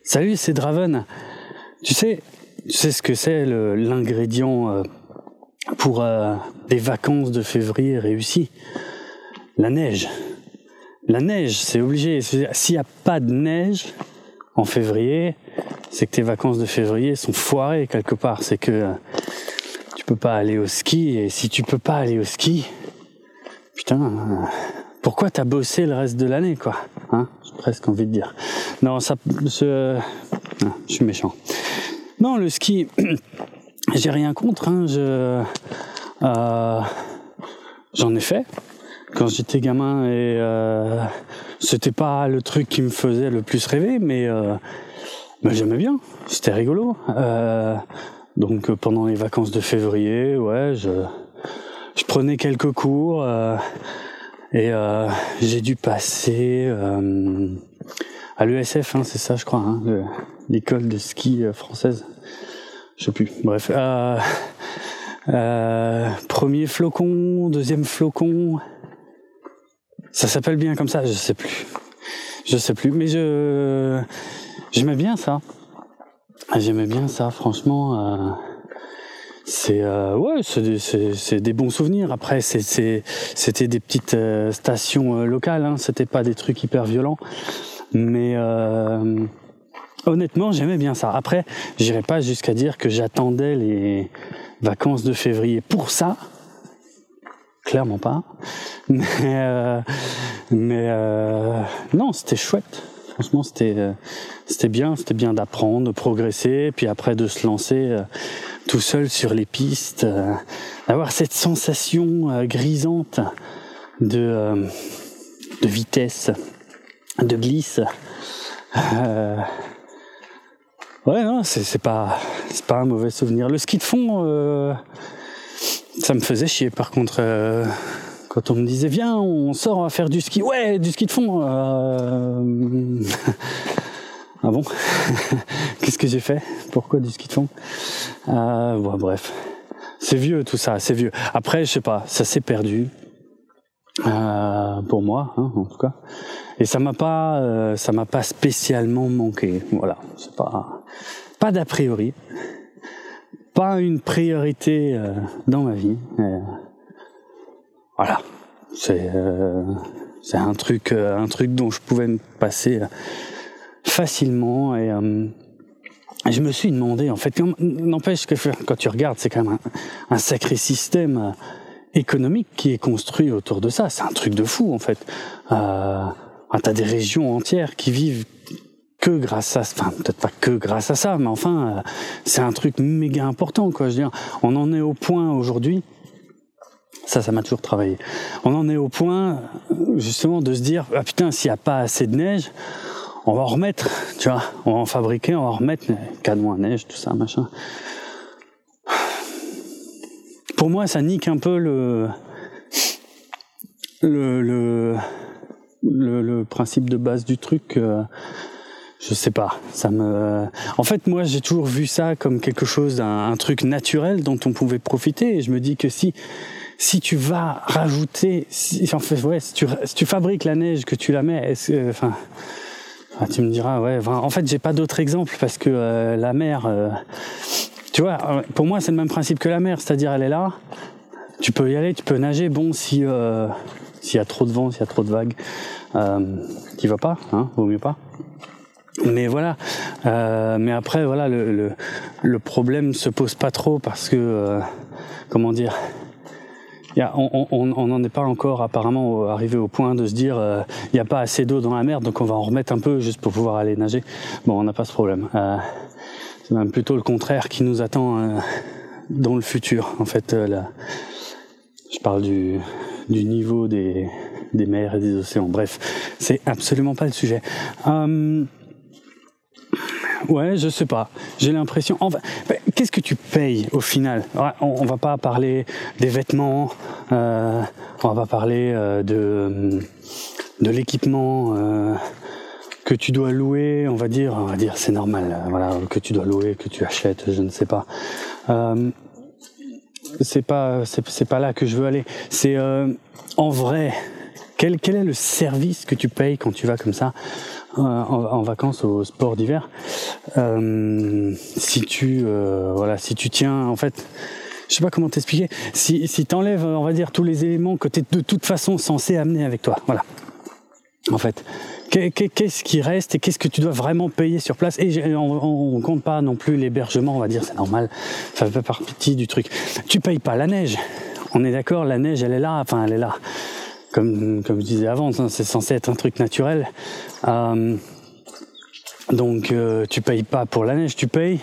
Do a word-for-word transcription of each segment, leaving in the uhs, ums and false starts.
Salut, c'est Draven. Tu sais, tu sais ce que c'est le, l'ingrédient euh, pour euh, des vacances de février réussies? La neige. La neige, c'est obligé. S'il n'y a pas de neige en février, c'est que tes vacances de février sont foirées quelque part. C'est que euh, tu peux pas aller au ski. Et si tu peux pas aller au ski, putain, euh, pourquoi t'as bossé le reste de l'année, quoi, hein? J'ai presque envie de dire. Non, ça, je, non, je suis méchant. Non, le ski, j'ai rien contre. Hein, je, euh, j'en ai fait quand j'étais gamin et euh, c'était pas le truc qui me faisait le plus rêver, mais, euh, mais j'aimais bien. C'était rigolo. Euh, donc pendant les vacances de février, ouais, je, je prenais quelques cours. Euh, Et euh, j'ai dû passer euh, à l'E S F, hein, c'est ça je crois, hein, le, l'école de ski française. Je sais plus. Bref. Euh, euh, premier flocon, deuxième flocon. Ça s'appelle bien comme ça, je sais plus. Je sais plus. Mais je j'aimais bien ça. J'aimais bien ça, franchement. Euh, C'est euh, ouais, c'est des, c'est, c'est des bons souvenirs. Après, c'est, c'est, c'était des petites euh, stations euh, locales. Hein. C'était pas des trucs hyper violents, mais euh, honnêtement, j'aimais bien ça. Après, j'irais pas jusqu'à dire que j'attendais les vacances de février pour ça. Clairement pas. Mais euh, mais euh, non, c'était chouette. Franchement, c'était euh, c'était bien, c'était bien d'apprendre, de progresser, puis après de se lancer. Euh, tout seul sur les pistes, euh, d'avoir cette sensation euh, grisante de, euh, de vitesse, de glisse. Euh, ouais, non, c'est, c'est pas, c'est pas un mauvais souvenir. Le ski de fond, euh, ça me faisait chier. Par contre, euh, quand on me disait viens, on sort, on va faire du ski. Ouais, du ski de fond. Euh... Ah bon? Qu'est-ce que j'ai fait? Pourquoi du ski de fond? euh, bon, Bref, c'est vieux tout ça, c'est vieux. Après, je sais pas, ça s'est perdu euh, pour moi, hein, en tout cas. Et ça m'a pas, euh, ça m'a pas spécialement manqué. Voilà, c'est pas, pas d'a priori, pas une priorité euh, dans ma vie. Euh, voilà, c'est, euh, c'est un truc, euh, un truc dont je pouvais me passer. Euh, facilement et euh, je me suis demandé en fait, n'empêche que quand tu regardes, c'est quand même un, un sacré système économique qui est construit autour de ça. C'est un truc de fou en fait. Euh, t'as des régions entières qui vivent que grâce à, enfin peut-être pas que grâce à ça, mais enfin euh, c'est un truc méga important quoi. Je veux dire, on en est au point aujourd'hui. Ça, ça m'a toujours travaillé. On en est au point justement de se dire ah putain, s'il y a pas assez de neige, on va en remettre, tu vois, on va en fabriquer, on va en remettre, canons à neige, tout ça, machin. Pour moi, ça nique un peu le le le le, le principe de base du truc. Euh, je sais pas, ça me. En fait, moi, j'ai toujours vu ça comme quelque chose, un, un truc naturel dont on pouvait profiter. Et je me dis que si si tu vas rajouter, si, en fait, ouais, si tu si tu fabriques la neige, que tu la mets, est-ce que, enfin. Ah, tu me diras, ouais. Enfin, en fait, j'ai pas d'autres exemples parce que euh, la mer, euh, tu vois, pour moi, c'est le même principe que la mer, c'est-à-dire elle est là. Tu peux y aller, tu peux nager. Bon, si euh, s'il y a trop de vent, s'il y a trop de vagues, euh, t'y vas pas, hein, vaut mieux pas. Mais voilà. Euh, mais après, voilà, le, le le problème se pose pas trop parce que, euh, comment dire. Y a, on on n'en est pas encore apparemment arrivé au point de se dire il euh, n'y a pas assez d'eau dans la mer, donc on va en remettre un peu juste pour pouvoir aller nager. Bon, on n'a pas ce problème. Euh, c'est même plutôt le contraire qui nous attend euh, dans le futur. En fait, euh, là, je parle du, du niveau des, des mers et des océans. Bref, c'est absolument pas le sujet. Euh, Ouais, je sais pas. J'ai l'impression. Enfin, qu'est-ce que tu payes au final? On, on va pas parler des vêtements. Euh, on va pas parler euh, de de l'équipement euh, que tu dois louer. On va dire, on va dire, c'est normal. Euh, voilà, que tu dois louer, que tu achètes. Je ne sais pas. Euh, c'est pas, c'est, c'est pas là que je veux aller. C'est euh, en vrai. quel, quel est le service que tu payes quand tu vas comme ça euh, en, en vacances au sport d'hiver. Euh, si tu euh, voilà, si tu tiens, en fait, je sais pas comment t'expliquer. Si si t'enlèves, on va dire, tous les éléments que t'es de toute façon censé amener avec toi, voilà. En fait, qu'est-ce qui reste et qu'est-ce que tu dois vraiment payer sur place? Et on, on compte pas non plus l'hébergement, on va dire, c'est normal, ça fait pas partie du truc. Tu payes pas la neige. On est d'accord, la neige, elle est là, enfin, elle est là. Comme comme je disais avant, c'est censé être un truc naturel. Euh, donc, euh, tu payes pas pour la neige, tu payes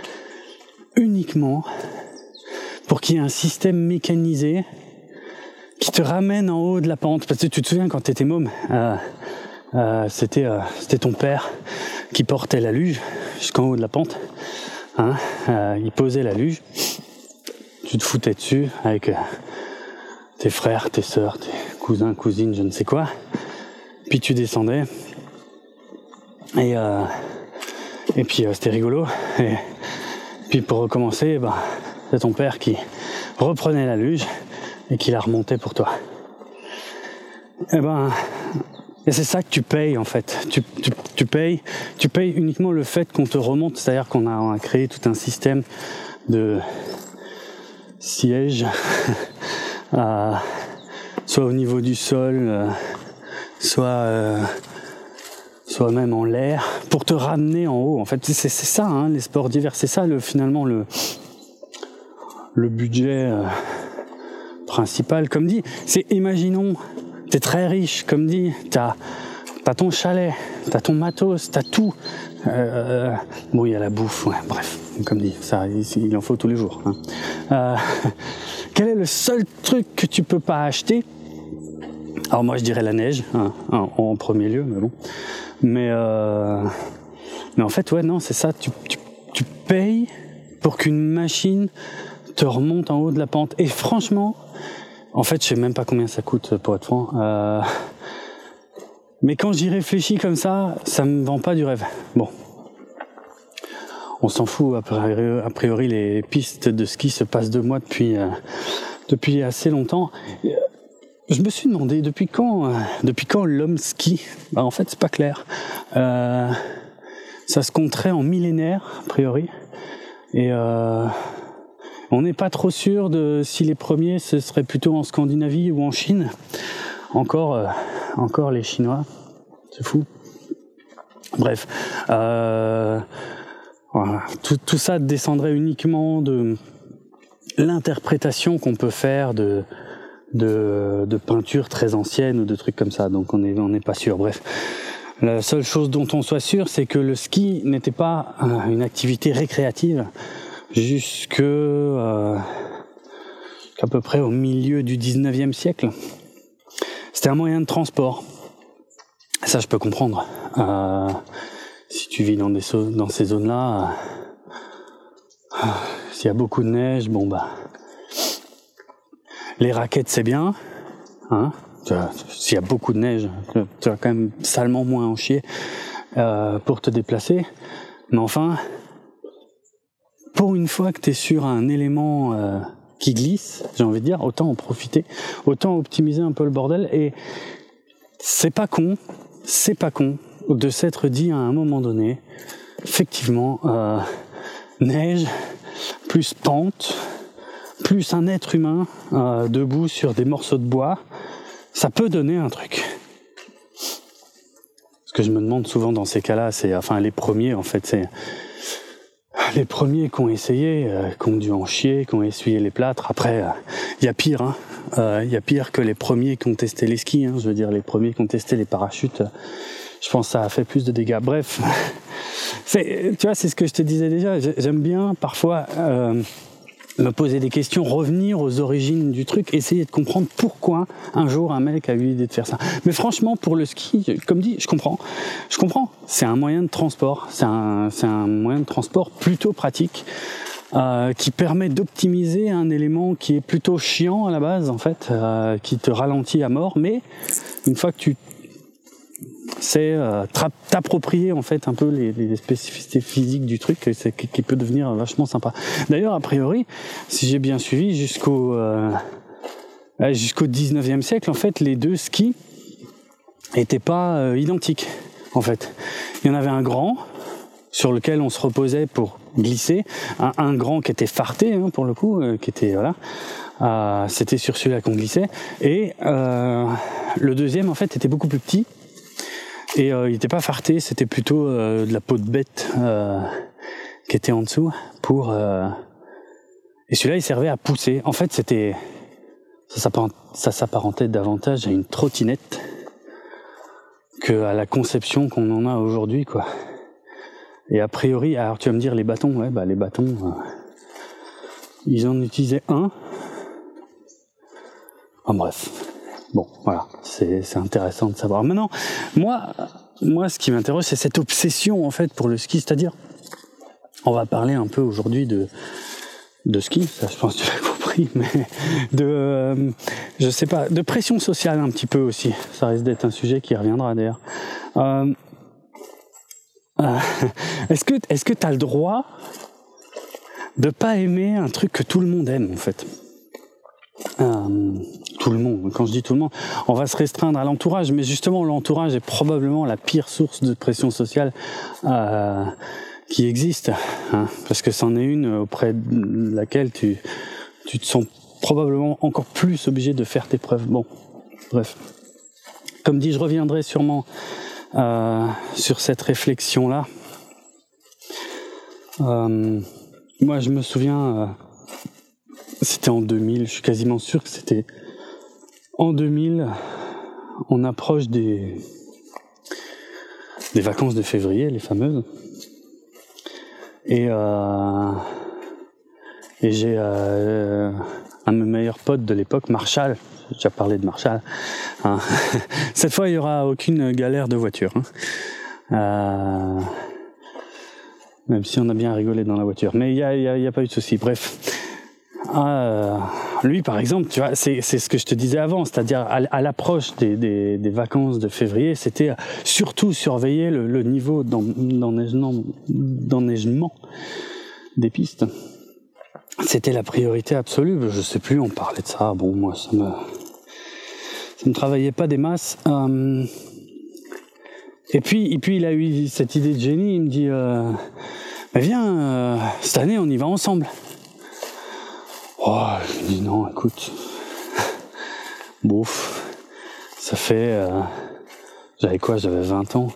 uniquement pour qu'il y ait un système mécanisé qui te ramène en haut de la pente. Parce que tu te souviens quand t'étais môme, euh, euh, c'était euh, c'était ton père qui portait la luge jusqu'en haut de la pente. Hein, euh, il posait la luge, tu te foutais dessus avec euh, tes frères, tes sœurs, tes cousins, cousines, je ne sais quoi. Puis tu descendais et euh, et puis euh, c'était rigolo. Et puis pour recommencer, bah, c'est ton père qui reprenait la luge et qui la remontait pour toi. Et ben, et c'est ça que tu payes en fait. Tu, tu, tu payes, tu payes uniquement le fait qu'on te remonte, c'est-à-dire qu'on a, on a créé tout un système de sièges, euh, soit au niveau du sol, euh, soit, euh, soit même en l'air, pour te ramener en haut. En fait, c'est, c'est ça, hein, les sports d'hiver. C'est ça, le, finalement, le, le budget. Euh, principal, comme dit, c'est, imaginons, t'es très riche, comme dit, t'as, t'as ton chalet, t'as ton matos, t'as tout. Euh, bon, il y a la bouffe, ouais, bref, comme dit, ça, il, il en faut tous les jours. Hein. Euh, quel est le seul truc que tu peux pas acheter? Alors moi, je dirais la neige, hein, en, en premier lieu, mais bon. Mais, euh, mais en fait, ouais, non, c'est ça, tu, tu, tu payes pour qu'une machine te remonte en haut de la pente. Et franchement, en fait, je sais même pas combien ça coûte, pour être franc. Euh... Mais quand j'y réfléchis comme ça, ça me vend pas du rêve. Bon. On s'en fout, a priori, a priori les pistes de ski se passent de moi depuis, euh, depuis assez longtemps. Je me suis demandé, depuis quand, euh, depuis quand l'homme skie? Bah, en fait, c'est pas clair. Euh... Ça se compterait en millénaires, a priori. Et... Euh... On n'est pas trop sûr de si les premiers ce serait plutôt en Scandinavie ou en Chine. Encore, euh, encore les Chinois, c'est fou. Bref, euh, voilà. tout, tout ça descendrait uniquement de l'interprétation qu'on peut faire de de, de peintures très anciennes ou de trucs comme ça. Donc on est on n'est pas sûr. Bref. La seule chose dont on soit sûr, c'est que le ski n'était pas une activité récréative jusque euh, à peu près au milieu du dix-neuvième siècle. C'était un moyen de transport. Ça, je peux comprendre. Euh, si tu vis dans, des so- dans ces zones-là, euh, s'il y a beaucoup de neige, bon bah, les raquettes c'est bien. Hein, s'il y a beaucoup de neige, tu vas quand même salement moins en chier euh, pour te déplacer. Mais enfin, pour une fois que tu es sur un élément euh, qui glisse, j'ai envie de dire, autant en profiter, autant optimiser un peu le bordel. Et c'est pas con, c'est pas con de s'être dit à un moment donné, effectivement, euh, neige, plus pente, plus un être humain euh, debout sur des morceaux de bois, ça peut donner un truc. Ce que je me demande souvent dans ces cas-là, c'est, enfin les premiers en fait, c'est les premiers qui ont essayé, euh, qui ont dû en chier, qui ont essuyé les plâtres. Après, il euh, y a pire, hein. Il euh, y a pire que les premiers qui ont testé les skis. Hein. Je veux dire, les premiers qui ont testé les parachutes. Euh, je pense que ça a fait plus de dégâts. Bref, c'est, tu vois, c'est ce que je te disais déjà. J'aime bien parfois euh, me poser des questions, revenir aux origines du truc, essayer de comprendre pourquoi un jour un mec a eu l'idée de faire ça. Mais franchement, pour le ski, comme dit, je comprends. Je comprends. C'est un moyen de transport. C'est un, c'est un moyen de transport plutôt pratique euh, qui permet d'optimiser un élément qui est plutôt chiant à la base, en fait, euh, qui te ralentit à mort. Mais une fois que tu c'est euh, t'approprier en fait un peu les, les spécificités physiques du truc, c'est, qui peut devenir vachement sympa. D'ailleurs, a priori, si j'ai bien suivi, jusqu'au euh, jusqu'au dix-neuvième siècle, en fait, les deux skis n'étaient pas euh, identiques, en fait. Il y en avait un grand, sur lequel on se reposait pour glisser, un, un grand qui était farté, hein, pour le coup, euh, qui était, voilà, euh, c'était sur celui-là qu'on glissait, et euh, le deuxième, en fait, était beaucoup plus petit, et euh, il n'était pas farté, c'était plutôt euh, de la peau de bête euh, qui était en dessous, pour... Euh, et celui-là, il servait à pousser. En fait, c'était... Ça s'apparentait, ça s'apparentait davantage à une trottinette qu'à la conception qu'on en a aujourd'hui, quoi. Et a priori, alors tu vas me dire les bâtons, ouais, bah les bâtons, euh, ils en utilisaient un. En bref, bon, voilà, c'est, c'est intéressant de savoir. Maintenant, moi, moi, ce qui m'interroge, c'est cette obsession en fait pour le ski, c'est-à-dire, on va parler un peu aujourd'hui de de ski, ça, je pense que tu l'as compris, mais de, euh, je sais pas, de pression sociale un petit peu aussi. Ça risque d'être un sujet qui reviendra d'ailleurs. Euh, Euh, est-ce que est-ce que t'as le droit de pas aimer un truc que tout le monde aime en fait? Euh, tout le monde. Quand je dis tout le monde, on va se restreindre à l'entourage, mais justement l'entourage est probablement la pire source de pression sociale euh, qui existe, hein, parce que c'en est une auprès de laquelle tu tu te sens probablement encore plus obligé de faire tes preuves. Bon, bref. Comme dit, je reviendrai sûrement Euh, sur cette réflexion-là. Euh, moi, je me souviens, euh, c'était en deux mille, je suis quasiment sûr que c'était en deux mille, on approche des, des vacances de février, les fameuses. Et, euh, et j'ai euh, un de mes meilleurs potes de l'époque, Marshall. J'ai déjà parlé de Marshall. Hein. Cette fois, il n'y aura aucune galère de voiture. Hein. Euh... Même si on a bien rigolé dans la voiture. Mais il n'y a, y a, y a pas eu de souci. Bref. Euh... Lui, par exemple, tu vois, c'est, c'est ce que je te disais avant. C'est-à-dire, à, à l'approche des, des, des vacances de février, c'était surtout surveiller le, le niveau d'enneigement, d'enneigement des pistes. C'était la priorité absolue. Je sais plus, on parlait de ça. Bon, moi, ça me... ça ne travaillait pas des masses. Euh, et puis, et puis, il a eu cette idée de génie. Il me dit, euh, mais viens, euh, cette année, on y va ensemble. Oh, je lui dis non, écoute, bouf, ça fait, euh, j'avais quoi, j'avais vingt ans.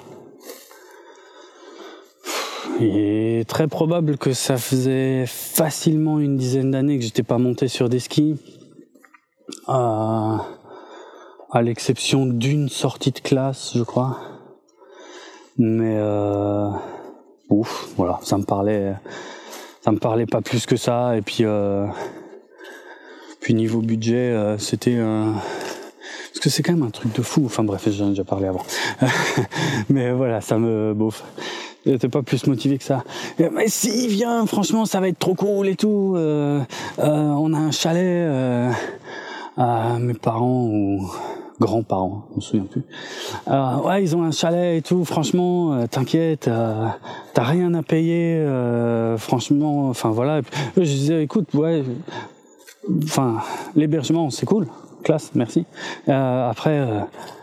Il est très probable que ça faisait facilement une dizaine d'années que j'étais pas monté sur des skis. Euh, à l'exception d'une sortie de classe, je crois. Mais euh, ouf, voilà, ça me parlait, ça me parlait pas plus que ça. Et puis, euh, puis niveau budget, euh, c'était, euh, parce que c'est quand même un truc de fou. Enfin bref, j'en ai déjà parlé avant. Mais voilà, ça me bouffe. J'étais pas plus motivé que ça. Mais si, viens, franchement, ça va être trop cool et tout. Euh, euh, on a un chalet. Euh, à mes parents ou grands-parents, je me souviens plus. Euh, ouais, ils ont un chalet et tout. Franchement, euh, t'inquiète, euh, t'as rien à payer. Euh, franchement, enfin voilà. Je disais, écoute, ouais, enfin, l'hébergement, c'est cool, classe, merci. Euh, après, euh,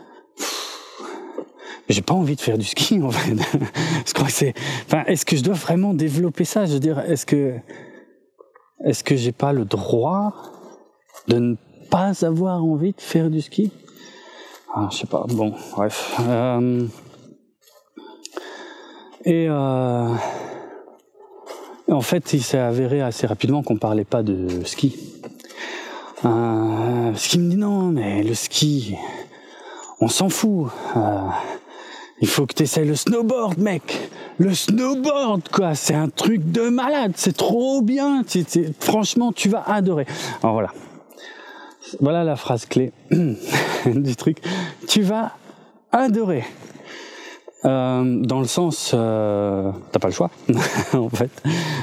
j'ai pas envie de faire du ski en fait. Je crois que c'est. Enfin, est-ce que je dois vraiment développer ça? Je veux dire, est-ce que, est-ce que j'ai pas le droit de ne pas avoir envie de faire du ski? Ah, je sais pas. Bon, bref. Euh, et euh, en fait, il s'est avéré assez rapidement qu'on parlait pas de ski. Euh, parce qu'il me dit non, mais le ski, on s'en fout. Euh, il faut que tu essaies le snowboard, mec. Le snowboard, quoi. C'est un truc de malade. C'est trop bien. C'est, c'est, franchement, tu vas adorer. Alors voilà. Voilà la phrase clé du truc. Tu vas adorer. Euh, dans le sens, euh, t'as pas le choix, en fait.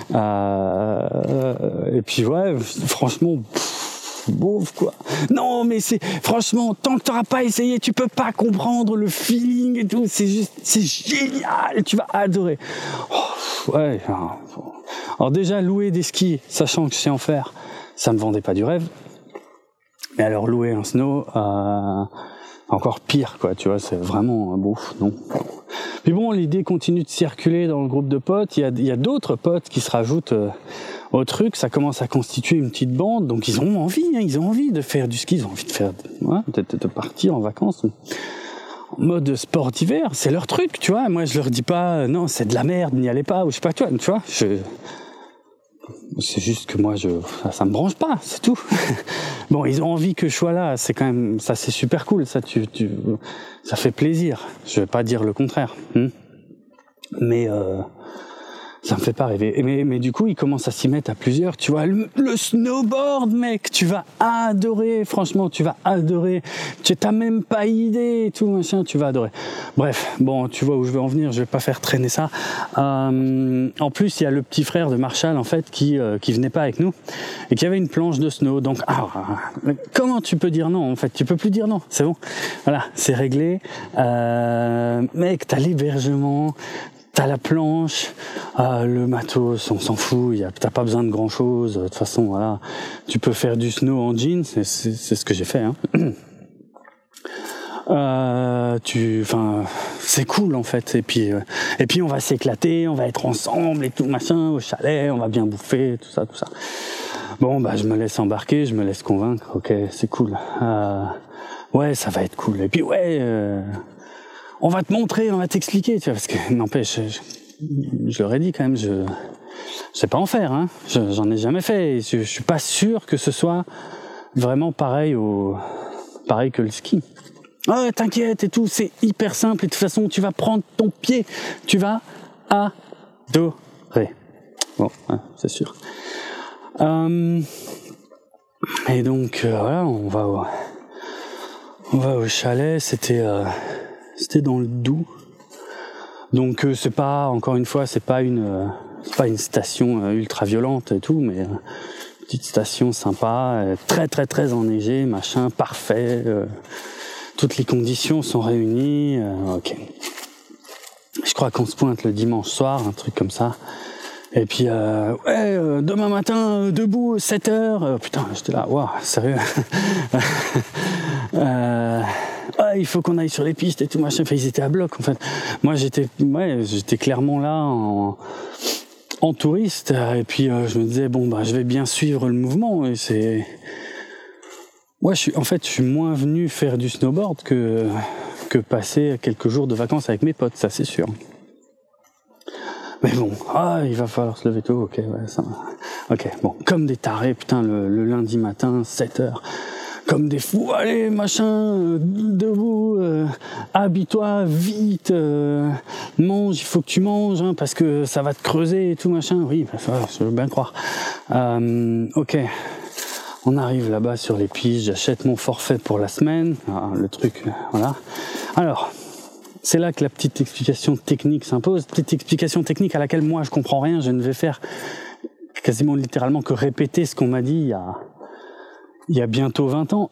Euh, et puis ouais, franchement, pff, bouf quoi. Non, mais c'est franchement, tant que t'auras pas essayé, tu peux pas comprendre le feeling et tout. C'est juste, c'est génial. Tu vas adorer. Oh, ouais. Alors déjà louer des skis, sachant que je sais en faire, ça me vendait pas du rêve. Mais alors louer un snow, euh, encore pire, quoi, tu vois, c'est vraiment un bouffe, non. Puis bon, l'idée continue de circuler dans le groupe de potes, il y a, il y a d'autres potes qui se rajoutent euh, au truc, ça commence à constituer une petite bande, donc ils ont envie, hein, ils ont envie de faire du ski, ils ont envie de faire, ouais, peut-être de partir en vacances, en mode sport d'hiver, c'est leur truc, tu vois, moi je leur dis pas, non, c'est de la merde, n'y allez pas, ou je sais pas, tu vois, tu vois, je... c'est juste que moi, je, ça, ça me branche pas, c'est tout. Bon, ils ont envie que je sois là, c'est quand même, ça c'est super cool, ça, tu, tu, ça fait plaisir. Je vais pas dire le contraire, hein. Mais euh, ça me fait pas rêver. Mais, mais du coup, ils commencent à s'y mettre à plusieurs. Tu vois, le, le snowboard, mec, tu vas adorer. Franchement, tu vas adorer. Tu t'as même pas idée et tout, machin, tu vas adorer. Bref, bon, tu vois où je veux en venir. Je vais pas faire traîner ça. Euh, en plus, il y a le petit frère de Marshall, en fait, qui euh, qui venait pas avec nous et qui avait une planche de snow. Donc, ah, comment tu peux dire non? En fait, tu peux plus dire non. C'est bon. Voilà, c'est réglé. Euh, mec, t'as l'hébergement. T'as la planche, euh, le matos, on s'en fout, y a, t'as pas besoin de grand chose, de toute façon, voilà. Tu peux faire du snow en jeans, c'est, c'est, c'est ce que j'ai fait, hein. Euh, tu, enfin, c'est cool, en fait, et puis, euh, et puis on va s'éclater, on va être ensemble et tout, machin, au chalet, on va bien bouffer, tout ça, tout ça. Bon, bah, je me laisse embarquer, je me laisse convaincre, ok, c'est cool. Euh, ouais, ça va être cool. Et puis, ouais, euh, on va te montrer, on va t'expliquer, tu vois, parce que n'empêche, je, je, je leur ai dit quand même, je, je sais pas en faire, hein, je, j'en ai jamais fait, et je, je suis pas sûr que ce soit vraiment pareil au, pareil que le ski. Ah, oh, t'inquiète et tout, c'est hyper simple, et de toute façon, tu vas prendre ton pied, tu vas adorer. Bon, hein, c'est sûr. Euh, et donc, euh, voilà, on va au, on va au chalet, c'était, euh, C'était dans le Doubs, donc euh, c'est pas, encore une fois, c'est pas une, euh, c'est pas une station euh, ultra violente et tout, mais euh, petite station sympa, euh, très très très enneigée, machin, parfait, euh, toutes les conditions sont réunies, euh, ok. Je crois qu'on se pointe le dimanche soir, un truc comme ça. Et puis, euh, ouais, euh, demain matin, euh, debout, sept heures. Euh, putain, j'étais là, waouh, sérieux. euh, ouais, il faut qu'on aille sur les pistes et tout, machin. Enfin, ils étaient à bloc, en fait. Moi, j'étais, ouais, j'étais clairement là en, en touriste. Et puis, euh, je me disais, bon, bah, je vais bien suivre le mouvement. Et c'est, ouais, je suis, en fait, je suis moins venu faire du snowboard que, que passer quelques jours de vacances avec mes potes, ça, c'est sûr. Mais bon, ah, il va falloir se lever tôt, ok, ouais, ça va. Ok, bon, comme des tarés, putain, le, le lundi matin, sept heures, comme des fous, allez, machin, euh, debout, euh, habille-toi, vite, euh, mange, il faut que tu manges, hein, parce que ça va te creuser et tout, machin, oui, bah, ça, je veux bien croire. Euh, ok, on arrive là-bas sur les pistes, j'achète mon forfait pour la semaine, ah, le truc, voilà. Alors... c'est là que la petite explication technique s'impose, petite explication technique à laquelle moi je comprends rien, je ne vais faire quasiment littéralement que répéter ce qu'on m'a dit il y a, il y a bientôt vingt ans.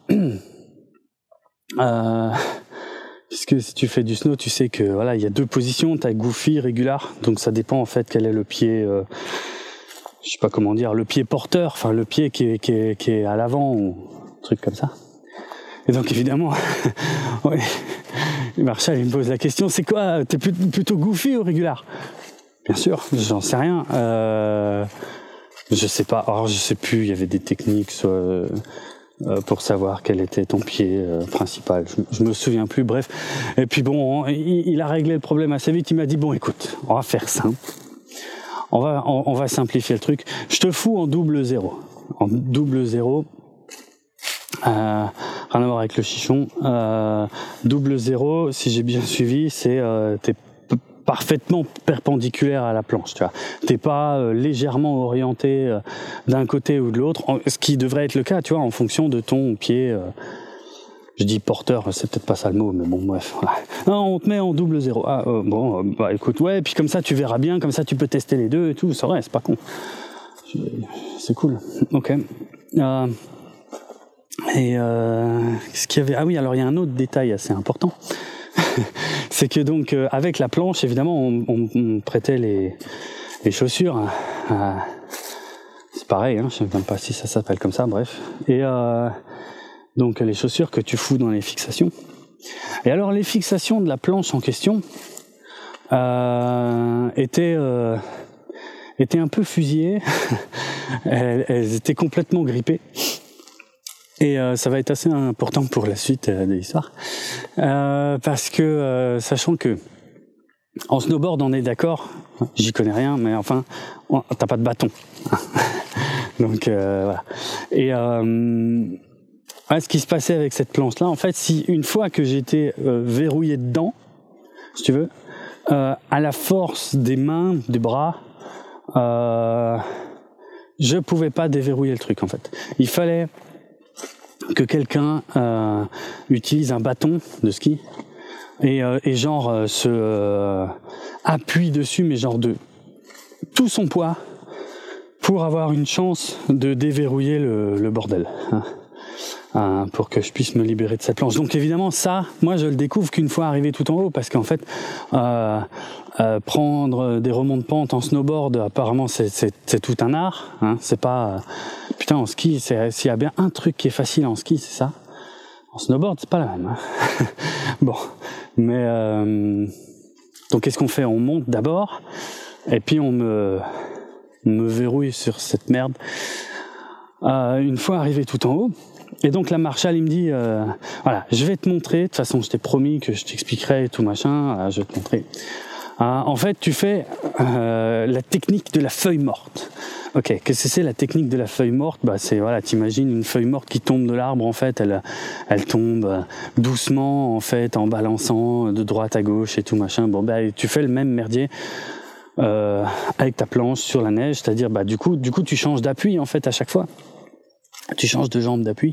Euh, puisque si tu fais du snow, tu sais que voilà, il y a deux positions, tu as goofy, régular, donc ça dépend en fait quel est le pied, euh, je sais pas comment dire, le pied porteur, enfin le pied qui est, qui est, qui est à l'avant ou un truc comme ça. Et donc évidemment, ouais, Marshall il me pose la question, c'est quoi, t'es plutôt goofy ou régular? Bien sûr, j'en sais rien. Euh, je sais pas. Alors je sais plus. Il y avait des techniques soit, euh, pour savoir quel était ton pied euh, principal. Je, je me souviens plus. Bref. Et puis bon, il, il a réglé le problème assez vite. Il m'a dit bon, écoute, on va faire simple. On va, on, on va simplifier le truc. Je te fous en double zéro. En double zéro. Euh, rien à voir avec le chichon. Euh, double zéro, si j'ai bien suivi, c'est euh, t'es p- parfaitement perpendiculaire à la planche. Tu vois, t'es pas euh, légèrement orienté euh, d'un côté ou de l'autre, en, ce qui devrait être le cas, tu vois, en fonction de ton pied. Euh, je dis porteur, c'est peut-être pas ça le mot, mais bon, bref. Voilà. Non, on te met en double zéro. Ah euh, bon, euh, bah écoute, ouais, puis comme ça tu verras bien, comme ça tu peux tester les deux et tout. C'est vrai, c'est pas con. C'est cool. Ok. Euh, Et euh, ce qu'il y avait, ah oui, alors il y a un autre détail assez important, c'est que donc euh, avec la planche, évidemment, on, on, on prêtait les, les chaussures. Euh, c'est pareil, hein, je ne sais même pas si ça s'appelle comme ça, bref. Et euh, donc les chaussures que tu fous dans les fixations. Et alors les fixations de la planche en question euh, étaient, euh, étaient un peu fusillées, elles, elles étaient complètement grippées. Et euh, ça va être assez important pour la suite euh, de l'histoire, euh, parce que euh, sachant que en snowboard on est d'accord, j'y connais rien, mais enfin on, t'as pas de bâton, donc euh, voilà. Et euh, ouais, ce qui se passait avec cette planche-là, en fait, si une fois que j'étais euh, verrouillé dedans, si tu veux, euh, à la force des mains, des bras, euh, je pouvais pas déverrouiller le truc en fait. Il fallait que quelqu'un euh, utilise un bâton de ski et, euh, et genre euh, se euh, appuie dessus, mais genre de tout son poids pour avoir une chance de déverrouiller le, le bordel, hein, hein, pour que je puisse me libérer de cette planche. Donc évidemment ça, moi je le découvre qu'une fois arrivé tout en haut, parce qu'en fait euh, euh, prendre des remontes de pente en snowboard, apparemment c'est, c'est, c'est tout un art, hein, c'est pas... Euh, putain, en ski, c'est, s'il y a bien un truc qui est facile en ski, c'est ça. En snowboard, c'est pas la même. Hein. Bon, mais euh, donc qu'est-ce qu'on fait? On monte d'abord, et puis on me, on me verrouille sur cette merde. Euh, une fois arrivé tout en haut, et donc la Marshall, il me dit, euh, voilà, je vais te montrer. De toute façon, je t'ai promis que je t'expliquerai et tout machin. Voilà, je vais te montrer. Euh, en fait, tu fais euh, la technique de la feuille morte. Ok, qu'est-ce que c'est la technique de la feuille morte? Bah, c'est voilà, t'imagines une feuille morte qui tombe de l'arbre. En fait, elle, elle tombe doucement, en fait, en balançant de droite à gauche et tout machin. Bon, bah, tu fais le même merdier euh, avec ta planche sur la neige, c'est-à-dire, bah, du coup, du coup, tu changes d'appui en fait à chaque fois. Tu changes de jambe d'appui.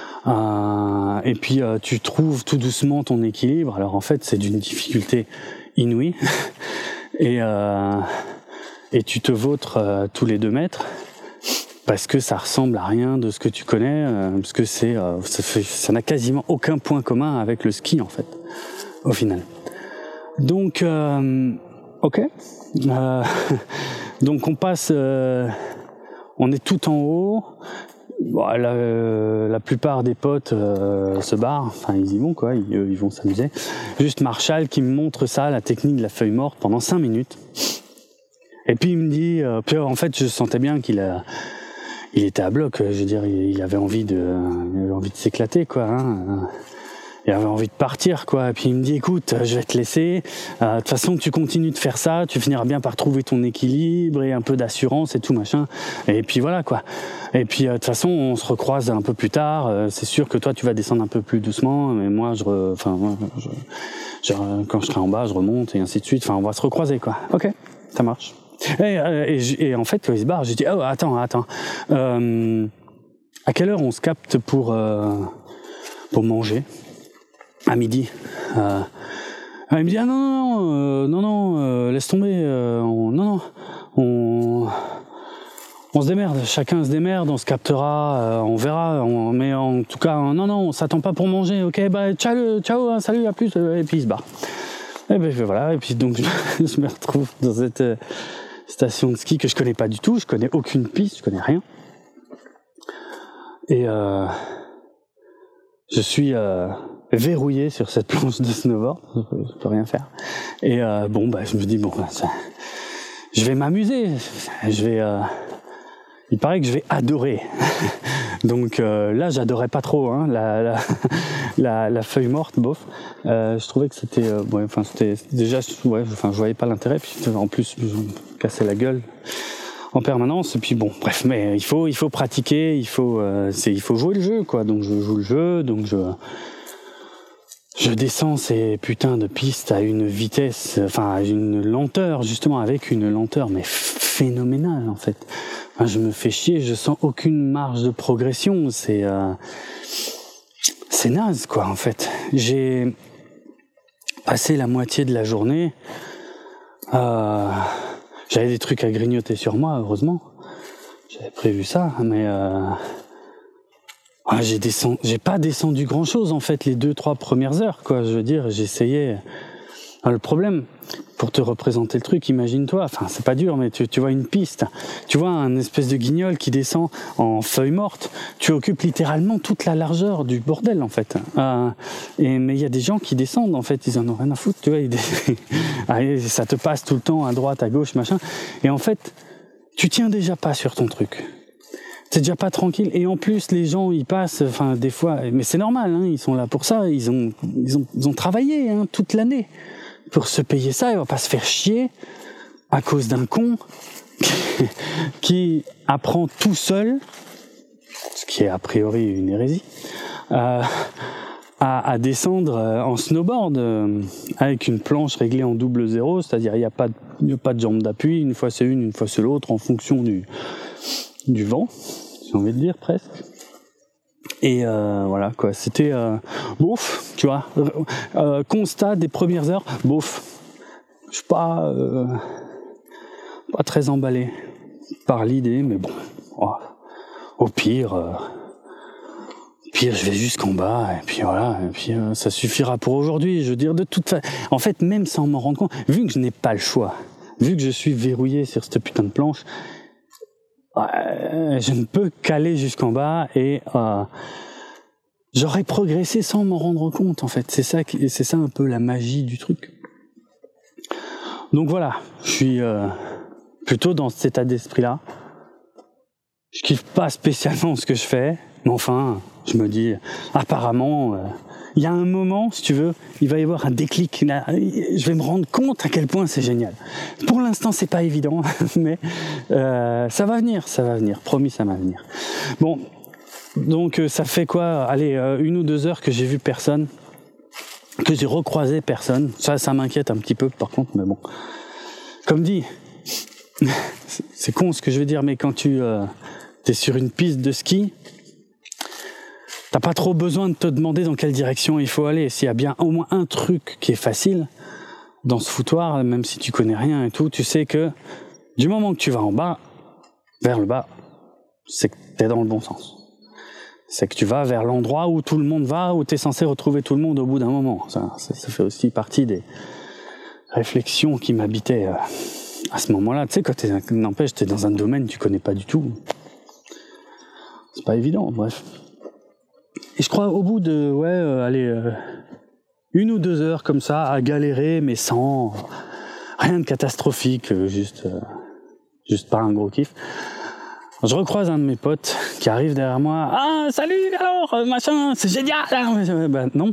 Euh, et puis euh, tu trouves tout doucement ton équilibre. Alors en fait, c'est d'une difficulté inouïe. et euh, et tu te vautres euh, tous les deux mètres parce que ça ressemble à rien de ce que tu connais, euh, parce que c'est euh, ça, fait, ça n'a quasiment aucun point commun avec le ski en fait, au final. Donc euh, ok. Euh, donc on passe, euh, on est tout en haut. Bon, la, euh, la plupart des potes euh, se barrent, enfin ils y vont quoi, ils, ils vont s'amuser. Juste Marshall qui me montre ça, la technique de la feuille morte pendant cinq minutes. Et puis il me dit, euh, puis en fait je sentais bien qu'il a, il était à bloc. Je veux dire, il, il avait envie de, il avait envie de s'éclater quoi. Hein. Il avait envie de partir quoi. Et puis il me dit, écoute, je vais te laisser. Euh, de toute façon, tu continues de faire ça, tu finiras bien par trouver ton équilibre et un peu d'assurance et tout machin. Et puis voilà quoi. Et puis de euh, toute façon, on se recroise un peu plus tard. Euh, c'est sûr que toi, tu vas descendre un peu plus doucement, mais moi, je, re... enfin, moi, je... Je... quand je serai en bas, je remonte et ainsi de suite. Enfin, on va se recroiser quoi. Ok, ça marche. Et, euh, et, et en fait, quand il se barre, j'ai dit, oh attends, attends. Euh, à quelle heure on se capte pour euh, pour manger? À midi. Euh, il me dit, ah non non non euh, non non, euh, laisse tomber. Euh, on, non non, on On se démerde, chacun se démerde, on se captera, euh, on verra, on, mais en tout cas, non, non, on s'attend pas pour manger, ok, bah, ciao, ciao, hein, salut, à plus, et puis il se barre. Et ben voilà, et puis donc je, je me retrouve dans cette euh, station de ski que je connais pas du tout, je connais aucune piste, je connais rien. Et euh, je suis euh, verrouillé sur cette planche de snowboard, je peux rien faire. Et euh, bon, bah, je me dis, bon, ça, je vais m'amuser, je vais... Euh, il paraît que je vais adorer. Donc euh, là, j'adorais pas trop hein, la, la, la, la feuille morte, bof. Euh, je trouvais que c'était, euh, ouais, enfin c'était déjà, ouais, enfin je voyais pas l'intérêt. Puis en plus, je me cassais la gueule en permanence. Et puis bon, bref, mais il faut, il faut pratiquer, il faut, euh, c'est, il faut jouer le jeu, quoi. Donc je joue le jeu, donc je, je descends ces putains de pistes à une vitesse, enfin à une lenteur justement, avec une lenteur mais phénoménale en fait. Je me fais chier, je sens aucune marge de progression, c'est euh, c'est naze quoi en fait. J'ai passé la moitié de la journée, euh, j'avais des trucs à grignoter sur moi heureusement, j'avais prévu ça, mais euh, ouais, j'ai descendu, j'ai pas descendu grand chose en fait les deux trois premières heures quoi. Je veux dire, j'essayais Alors, le problème, pour te représenter le truc, imagine-toi, enfin c'est pas dur, mais tu, tu vois une piste, tu vois un espèce de guignol qui descend en feuilles mortes, tu occupes littéralement toute la largeur du bordel en fait. Euh, et, mais il y a des gens qui descendent en fait, ils en ont rien à foutre, tu vois, ils, allez, ça te passe tout le temps à droite, à gauche, machin, et en fait, tu tiens déjà pas sur ton truc. C'est déjà pas tranquille, et en plus les gens ils passent, enfin des fois, mais c'est normal, hein, ils sont là pour ça, ils ont, ils ont, ils ont travaillé hein, toute l'année pour se payer ça, il va pas se faire chier à cause d'un con qui apprend tout seul, ce qui est a priori une hérésie, euh, à, à descendre en snowboard euh, avec une planche réglée en double zéro, c'est-à-dire il n'y a pas, il n'y a pas de jambe d'appui, une fois c'est une, une fois c'est l'autre en fonction du du vent, j'ai envie de dire presque. Et euh, voilà quoi, c'était euh, bouf, tu vois, euh, constat des premières heures, bouf, je suis pas euh, pas très emballé par l'idée, mais bon, oh, au pire, euh, au pire je vais jusqu'en bas et puis voilà, et puis euh, ça suffira pour aujourd'hui. Je veux dire de toute façon, en fait même sans m'en rendre compte, vu que je n'ai pas le choix, vu que je suis verrouillé sur cette putain de planche. Euh, je ne peux qu'aller jusqu'en bas et euh, j'aurais progressé sans m'en rendre compte en fait. C'est ça, qui, c'est ça un peu la magie du truc. Donc voilà, je suis euh, plutôt dans cet état d'esprit-là. Je kiffe pas spécialement ce que je fais, mais enfin, je me dis, apparemment, euh, il y a un moment, si tu veux, il va y avoir un déclic. Là, je vais me rendre compte à quel point c'est génial. Pour l'instant, c'est pas évident, mais euh, ça va venir, ça va venir. Promis, ça va venir. Bon, donc ça fait quoi ? Allez, euh, une ou deux heures que j'ai vu personne, que j'ai recroisé personne. Ça, ça m'inquiète un petit peu, par contre, mais bon. Comme dit, c'est con ce que je veux dire, mais quand tu euh, t'es sur une piste de ski, t'as pas trop besoin de te demander dans quelle direction il faut aller. S'il y a bien au moins un truc qui est facile dans ce foutoir, même si tu connais rien et tout, tu sais que du moment que tu vas en bas, vers le bas, c'est que t'es dans le bon sens. C'est que tu vas vers l'endroit où tout le monde va, où t'es censé retrouver tout le monde au bout d'un moment. Ça, ça, ça fait aussi partie des réflexions qui m'habitaient euh, à ce moment-là. Tu sais, quand t'es, n'empêche, t'es dans un domaine que tu connais pas du tout. C'est pas évident, bref. Et je crois au bout de, ouais, euh, allez, euh, une ou deux heures comme ça, à galérer, mais sans rien de catastrophique, euh, juste, euh, juste pas un gros kiff. Je recroise un de mes potes qui arrive derrière moi. Ah, salut, alors, euh, machin, c'est génial. Euh, bah non.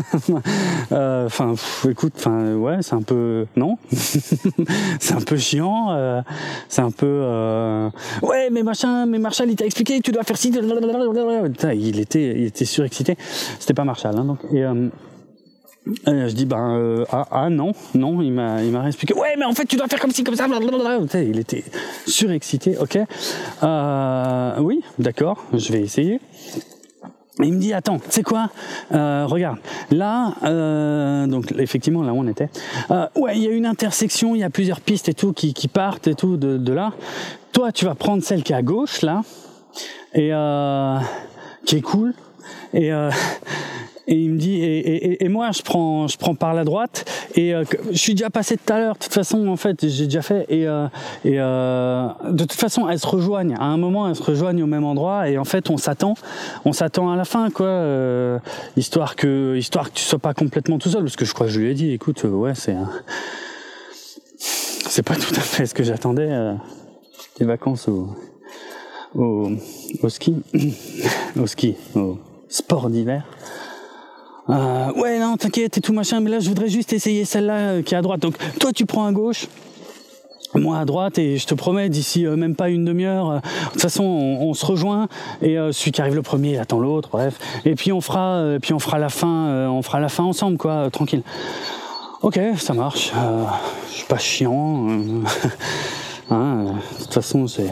Enfin, euh, écoute, enfin, ouais, c'est un peu, non. C'est un peu chiant. Euh, c'est un peu, euh... ouais, mais machin, mais Marshall, il t'a expliqué que tu dois faire ci. Putain, il était, il était surexcité. C'était pas Marshall, hein, donc. Et euh, Euh, je dis ben euh, ah, ah non non il m'a il m'a expliqué ouais mais en fait tu dois faire comme ci comme ça blablabla. Il était surexcité. Ok euh, oui d'accord je vais essayer. Et il me dit attends tu sais quoi euh, regarde là euh, donc effectivement là où on était euh, ouais il y a une intersection, il y a plusieurs pistes et tout qui qui partent et tout de, de là. Toi tu vas prendre celle qui est à gauche là et euh, qui est cool et euh, Et il me dit, et, et, et moi je prends, je prends par la droite, et euh, je suis déjà passé tout à l'heure. De toute façon, en fait, j'ai déjà fait. Et, euh, et euh, de toute façon, elles se rejoignent. À un moment, elles se rejoignent au même endroit, et en fait, on s'attend, on s'attend à la fin, quoi, euh, histoire que, histoire que tu sois pas complètement tout seul, parce que je crois que je lui ai dit, écoute, euh, ouais, c'est, un... c'est pas tout à fait ce que j'attendais. Euh, des vacances au, au, au ski, au ski, au sport d'hiver. Euh, ouais non t'inquiète et tout machin, mais là je voudrais juste essayer celle-là euh, qui est à droite, donc toi tu prends à gauche, moi à droite, et je te promets d'ici euh, même pas une demi-heure, euh, de toute façon on, on se rejoint, et euh, celui qui arrive le premier il attend l'autre, bref, et puis on fera euh, puis on fera la fin euh, on fera la fin ensemble quoi, euh, tranquille. Ok, ça marche, euh, je suis pas chiant, euh, hein, euh, de toute façon c'est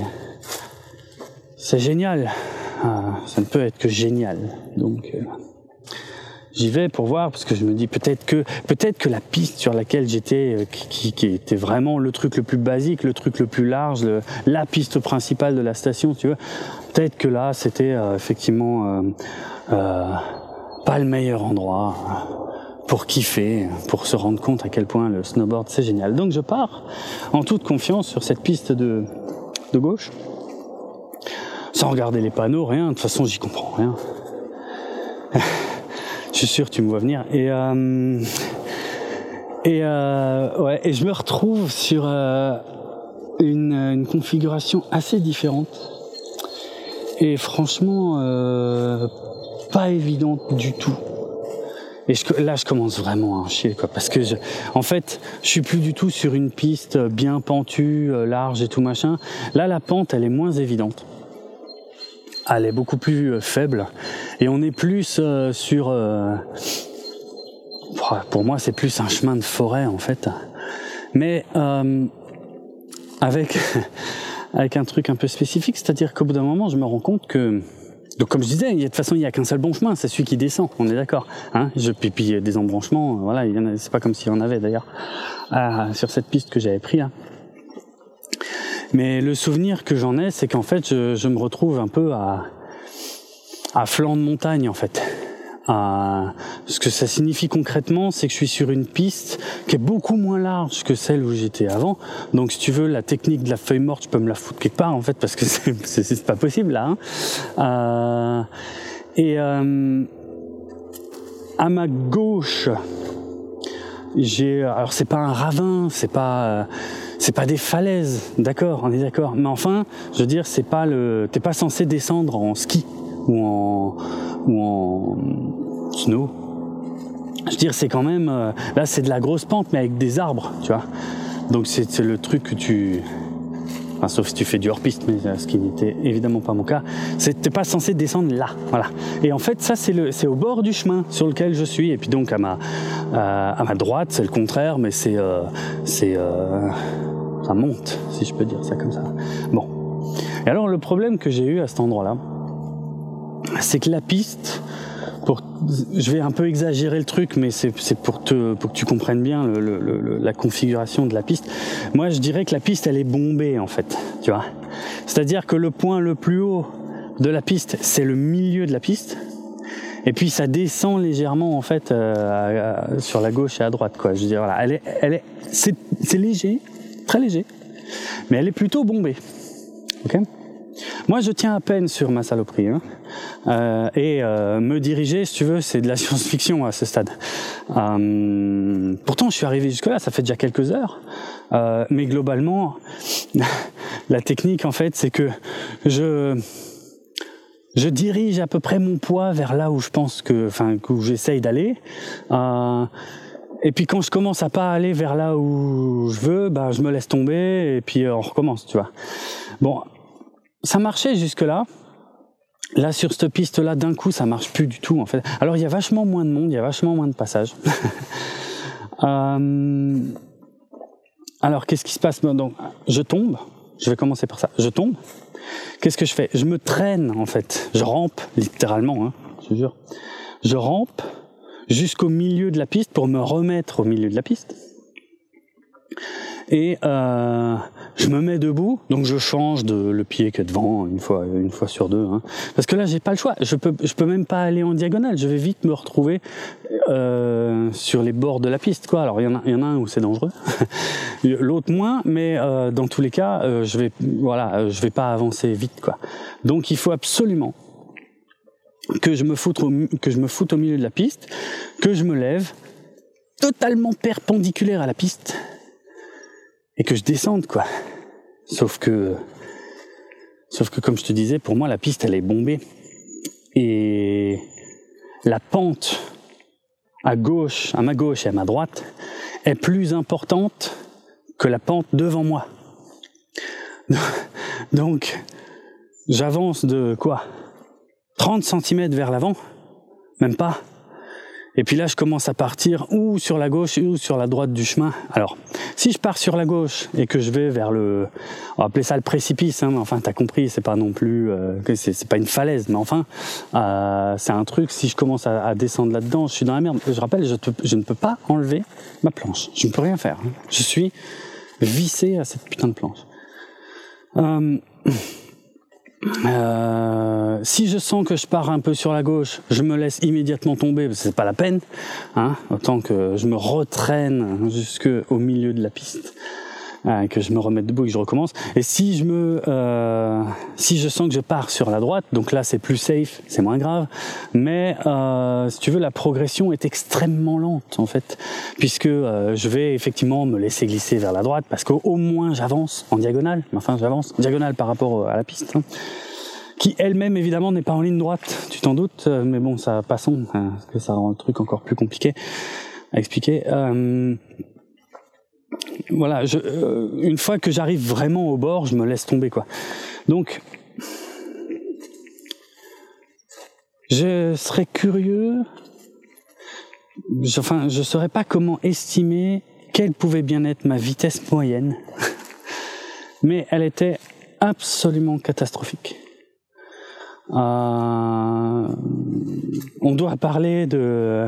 c'est génial, euh, ça ne peut être que génial, donc euh, j'y vais pour voir, parce que je me dis peut-être que peut-être que la piste sur laquelle j'étais, qui, qui était vraiment le truc le plus basique, le truc le plus large, le, la piste principale de la station, tu veux, peut-être que là c'était euh, effectivement euh, euh, pas le meilleur endroit, pour kiffer, pour se rendre compte à quel point le snowboard c'est génial. Donc je pars en toute confiance sur cette piste de, de gauche, sans regarder les panneaux, rien, de toute façon j'y comprends rien. Je suis sûr que tu me vois venir. Et, euh, et, euh, ouais, et je me retrouve sur euh, une, une configuration assez différente. Et franchement, euh, pas évidente du tout. Et je, là, je commence vraiment à en chier, quoi, parce que, je, en fait, je suis plus du tout sur une piste bien pentue, large et tout machin. Là, la pente, elle est moins évidente. Elle est beaucoup plus faible. Et on est plus euh, sur... Euh, pour moi, c'est plus un chemin de forêt, en fait. Mais euh, avec, avec un truc un peu spécifique, c'est-à-dire qu'au bout d'un moment, je me rends compte que... Donc comme je disais, il y a, de toute façon il n'y a qu'un seul bon chemin, c'est celui qui descend, on est d'accord. Hein, je, puis, puis des embranchements, voilà, il y en a, c'est pas comme s'il y en avait d'ailleurs ah, sur cette piste que j'avais pris là. Mais le souvenir que j'en ai, c'est qu'en fait je, je me retrouve un peu à, à flanc de montagne en fait. À, ce que ça signifie concrètement, c'est que je suis sur une piste qui est beaucoup moins large que celle où j'étais avant. Donc, si tu veux, la technique de la feuille morte, je peux me la foutre quelque part, en fait, parce que c'est, c'est, c'est pas possible, là. Hein. Euh, et euh, à ma gauche, j'ai... Alors, c'est pas un ravin, c'est pas... C'est pas des falaises, d'accord, on est d'accord. Mais enfin, je veux dire, c'est pas le... T'es pas censé descendre en ski ou en... ou en snow. Je veux dire, c'est quand même... Euh, là, c'est de la grosse pente, mais avec des arbres, tu vois. Donc, c'est, c'est le truc que tu... Enfin, sauf si tu fais du hors-piste, mais euh, ce qui n'était évidemment pas mon cas. C'est, t'es pas censé descendre là, voilà. Et en fait, ça, c'est, le, c'est au bord du chemin sur lequel je suis. Et puis donc, à ma, euh, à ma droite, c'est le contraire, mais c'est... Euh, c'est euh, ça monte, si je peux dire ça comme ça. Bon. Et alors, le problème que j'ai eu à cet endroit-là, c'est que la piste, pour, je vais un peu exagérer le truc, mais c'est, c'est pour, te, pour que tu comprennes bien le, le, le, la configuration de la piste. Moi, je dirais que la piste, elle est bombée, en fait, tu vois. C'est-à-dire que le point le plus haut de la piste, c'est le milieu de la piste, et puis ça descend légèrement, en fait, euh, à, sur la gauche et à droite, quoi. Je veux dire, voilà, elle est, elle est, c'est, c'est léger, très léger, mais elle est plutôt bombée, ok ? Moi, je tiens à peine sur ma saloperie, hein. Euh, et euh, me diriger, si tu veux, c'est de la science-fiction à ce stade. Euh, pourtant, je suis arrivé jusque-là, ça fait déjà quelques heures. Euh, mais globalement, la technique, en fait, c'est que je je dirige à peu près mon poids vers là où je pense que, enfin, où j'essaye d'aller. Euh, et puis quand je commence à pas aller vers là où je veux, bah, je me laisse tomber et puis on recommence, tu vois. Bon. Ça marchait jusque-là. Là, sur cette piste-là, d'un coup, ça marche plus du tout, en fait. Alors, il y a vachement moins de monde, il y a vachement moins de passages. euh... Alors, qu'est-ce qui se passe ? Donc, je tombe. Je vais commencer par ça. Je tombe. Qu'est-ce que je fais ? Je me traîne, en fait. Je rampe, littéralement, hein, je te jure. Je rampe jusqu'au milieu de la piste pour me remettre au milieu de la piste. Et euh, je me mets debout, donc je change de le pied qui est devant une fois, une fois sur deux, hein. Parce que là j'ai pas le choix, je peux, je peux même pas aller en diagonale, je vais vite me retrouver euh, sur les bords de la piste, quoi. Alors il y en a, il y en a un où c'est dangereux, l'autre moins, mais euh, dans tous les cas, euh, je vais, voilà, je vais pas avancer vite, quoi. Donc il faut absolument que je me foute au, que je me foute au milieu de la piste, que je me lève totalement perpendiculaire à la piste. Et que je descende, quoi. Sauf que, sauf que, comme je te disais, pour moi, la piste, elle est bombée. Et la pente à gauche, à ma gauche et à ma droite, est plus importante que la pente devant moi. Donc, j'avance de quoi ? trente centimètres vers l'avant ? Même pas. Et puis là, je commence à partir ou sur la gauche ou sur la droite du chemin. Alors, si je pars sur la gauche et que je vais vers le, on va appeler ça le précipice, hein, mais enfin, t'as compris, c'est pas non plus, euh, c'est, c'est pas une falaise, mais enfin, euh, c'est un truc. Si je commence à, à descendre là-dedans, je suis dans la merde. Je rappelle, je, te, je ne peux pas enlever ma planche. Je ne peux rien faire. Hein. Je suis vissé à cette putain de planche. Euh, Euh, si je sens que je pars un peu sur la gauche, je me laisse immédiatement tomber, parce que c'est pas la peine, hein, autant que je me retraîne jusqu'au milieu de la piste, euh, que je me remette debout et que je recommence. Et si je me, euh, si je sens que je pars sur la droite, donc là c'est plus safe, c'est moins grave, mais euh, si tu veux, la progression est extrêmement lente en fait, puisque euh, je vais effectivement me laisser glisser vers la droite, parce qu'au moins j'avance en diagonale, enfin j'avance en diagonale par rapport à la piste, hein, qui elle-même évidemment n'est pas en ligne droite, tu t'en doutes, mais bon, ça passons, hein, parce que ça rend le truc encore plus compliqué à expliquer. Euh, voilà, je, euh, une fois que j'arrive vraiment au bord, je me laisse tomber, quoi. Donc, je serais curieux, je, enfin, je saurais pas comment estimer quelle pouvait bien être ma vitesse moyenne, mais elle était absolument catastrophique. Euh, on doit parler de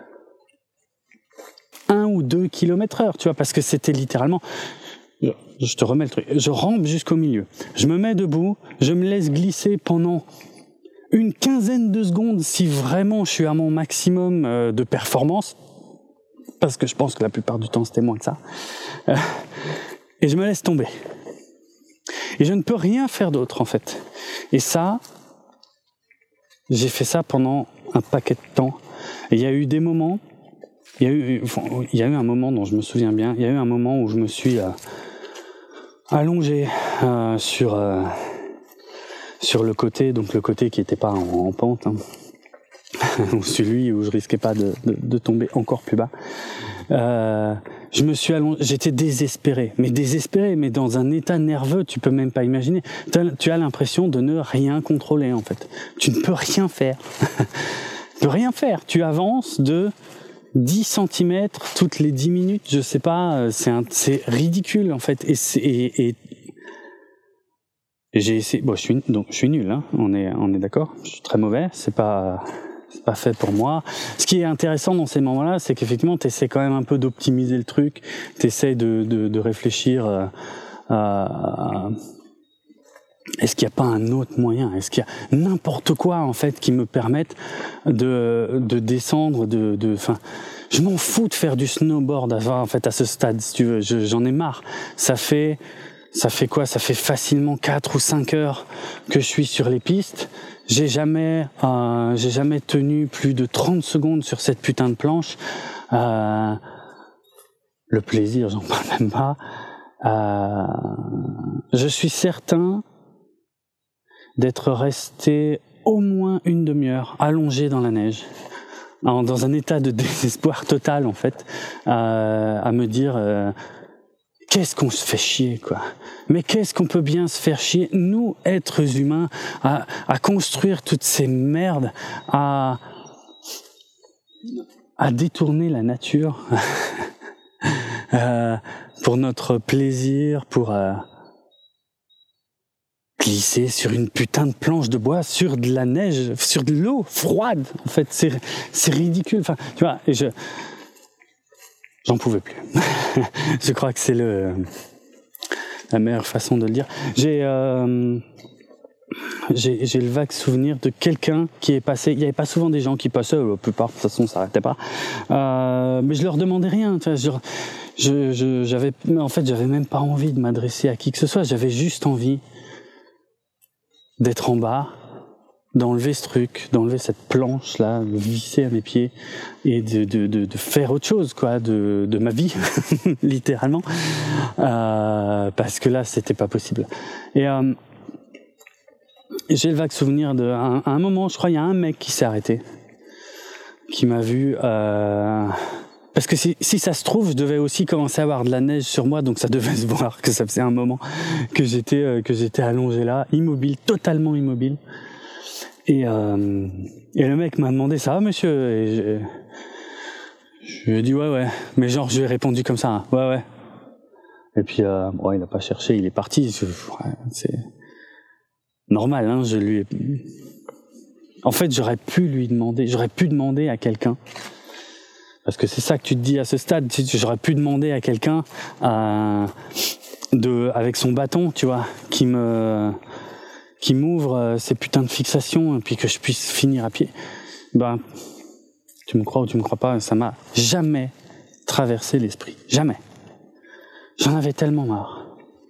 un ou deux kilomètres heure, tu vois, parce que c'était littéralement, je, je te remets le truc, je rampe jusqu'au milieu, je me mets debout, je me laisse glisser pendant une quinzaine de secondes si vraiment je suis à mon maximum euh, de performance, parce que je pense que la plupart du temps c'était moins que ça, euh, et je me laisse tomber. Et je ne peux rien faire d'autre en fait. Et ça, j'ai fait ça pendant un paquet de temps. Et il y a eu des moments, il y a eu, enfin, il y a eu un moment dont je me souviens bien, il y a eu un moment où je me suis euh, allongé euh, sur euh, sur le côté, donc le côté qui n'était pas en, en pente, hein, ou celui où je risquais pas de, de, de tomber encore plus bas. Euh, je me suis allongé, j'étais désespéré, mais désespéré, mais dans un état nerveux, tu peux même pas imaginer. Tu as l'impression de ne rien contrôler en fait. Tu ne peux rien faire. Tu peux rien faire. Tu avances de dix centimètres toutes les dix minutes, je sais pas, c'est un, c'est ridicule en fait. Et, c'est, et, et j'ai essayé, bon, je suis, donc je suis nul, hein, on est, on est d'accord. Je suis très mauvais, c'est pas, c'est pas fait pour moi. Ce qui est intéressant dans ces moments-là, c'est qu'effectivement, tu essaies quand même un peu d'optimiser le truc, tu essaies de, de, de réfléchir euh, à est-ce qu'il n'y a pas un autre moyen, est-ce qu'il y a n'importe quoi en fait qui me permette de, de descendre, de, de, enfin, je m'en fous de faire du snowboard en fait à ce stade, si tu veux, je, j'en ai marre. Ça fait, ça fait quoi? Ça fait facilement quatre ou cinq heures que je suis sur les pistes. J'ai jamais, euh, j'ai jamais tenu plus de trente secondes sur cette putain de planche. Euh, le plaisir, j'en parle même pas. Euh, je suis certain d'être resté au moins une demi-heure allongé dans la neige, dans un état de désespoir total en fait, euh, à me dire euh, qu'est-ce qu'on se fait chier quoi. Mais qu'est-ce qu'on peut bien se faire chier, nous êtres humains, à, à construire toutes ces merdes, à à détourner la nature euh, pour notre plaisir, pour euh, glisser sur une putain de planche de bois, sur de la neige, sur de l'eau froide. En fait, c'est c'est ridicule. Enfin, tu vois, et je j'en pouvais plus. Je crois que c'est le la meilleure façon de le dire. J'ai euh, j'ai j'ai le vague souvenir de quelqu'un qui est passé. Il y avait pas souvent des gens qui passaient. La plupart, de toute façon, ça s'arrêtait pas. Euh, mais je leur demandais rien. Tu vois, je, je, je j'avais en fait, j'avais même pas envie de m'adresser à qui que ce soit. J'avais juste envie d'être en bas, d'enlever ce truc, d'enlever cette planche là, de visser à mes pieds et de, de, de, de faire autre chose quoi, de, de ma vie, littéralement, euh, parce que là c'était pas possible. Et euh, j'ai le vague souvenir de, à un moment, je crois, il y a un mec qui s'est arrêté, qui m'a vu. Euh, Parce que si, si ça se trouve, je devais aussi commencer à avoir de la neige sur moi, donc ça devait se voir que ça faisait un moment que j'étais euh, que j'étais allongé là, immobile, totalement immobile. Et euh, et le mec m'a demandé ça va monsieur, et je, je lui ai dit ouais ouais, mais genre je lui ai répondu comme ça, hein, ouais ouais. Et puis euh, bon, il a pas cherché, il est parti. Je, ouais, c'est normal, hein. Je lui ai, en fait, j'aurais pu lui demander, j'aurais pu demander à quelqu'un. Parce que c'est ça que tu te dis à ce stade. J'aurais pu demander à quelqu'un euh, de, avec son bâton, tu vois, qui me, qui m'ouvre euh, ces putains de fixations et puis que je puisse finir à pied. Ben, tu me crois ou tu me crois pas, ça m'a jamais traversé l'esprit. Jamais. J'en avais tellement marre.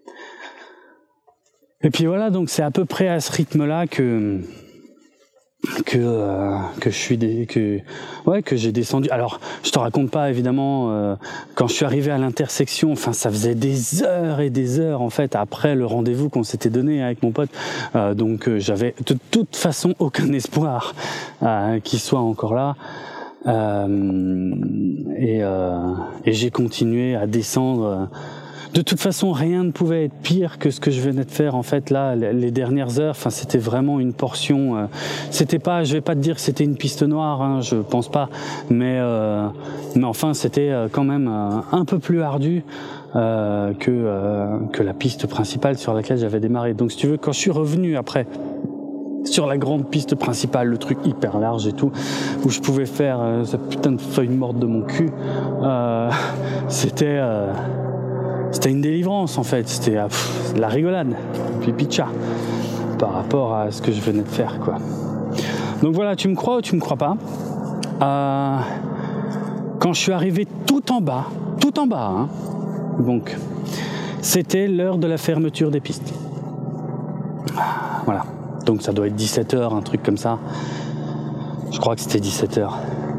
Et puis voilà, donc c'est à peu près à ce rythme-là que que euh, que je suis des, que ouais que j'ai descendu. Alors je te raconte pas évidemment euh, quand je suis arrivé à l'intersection, enfin ça faisait des heures et des heures en fait après le rendez-vous qu'on s'était donné avec mon pote, euh, donc euh, j'avais de toute façon aucun espoir euh, qu'il soit encore là, euh, et euh, et j'ai continué à descendre. De toute façon, rien ne pouvait être pire que ce que je venais de faire en fait là, les dernières heures. Enfin, c'était vraiment une portion. Euh, c'était pas, je vais pas te dire que c'était une piste noire, hein, je pense pas, mais euh, mais enfin, c'était quand même euh, un peu plus ardu euh, que euh, que la piste principale sur laquelle j'avais démarré. Donc, si tu veux, quand je suis revenu après sur la grande piste principale, le truc hyper large et tout, où je pouvais faire euh, cette putain de feuille morte de mon cul, euh, c'était euh, C'était une délivrance en fait, c'était pff, la rigolade, puis pitcha, par rapport à ce que je venais de faire quoi. Donc voilà, tu me crois ou tu me crois pas, euh, quand je suis arrivé tout en bas, tout en bas, hein, donc c'était l'heure de la fermeture des pistes. Voilà, donc ça doit être dix-sept heures, un truc comme ça. Je crois que c'était dix-sept heures.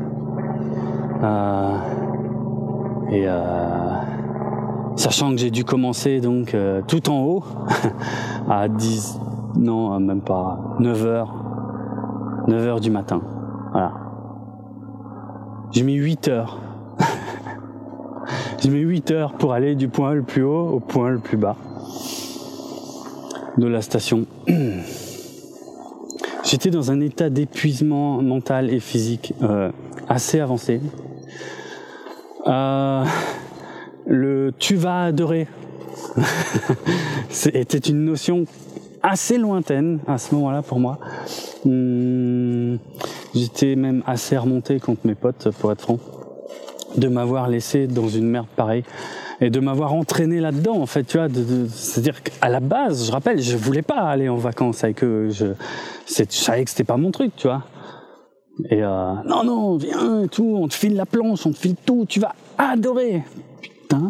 Euh, et euh, Sachant que j'ai dû commencer donc euh, tout en haut à dix, non même pas, neuf heures, neuf heures du matin. Voilà. J'ai mis huit heures. J'ai mis huit heures pour aller du point le plus haut au point le plus bas de la station. J'étais dans un état d'épuisement mental et physique euh, assez avancé. Euh, Le « tu vas adorer » était une notion assez lointaine à ce moment-là pour moi. Hum, j'étais même assez remonté contre mes potes, pour être franc, de m'avoir laissé dans une merde pareille et de m'avoir entraîné là-dedans, en fait, tu vois. De, de, c'est-à-dire qu'à la base, je rappelle, je voulais pas aller en vacances avec eux. Je, c'est, je savais que c'était pas mon truc, tu vois. Et euh, non, non, viens et tout, on te file la planche, on te file tout, tu vas adorer. Putain.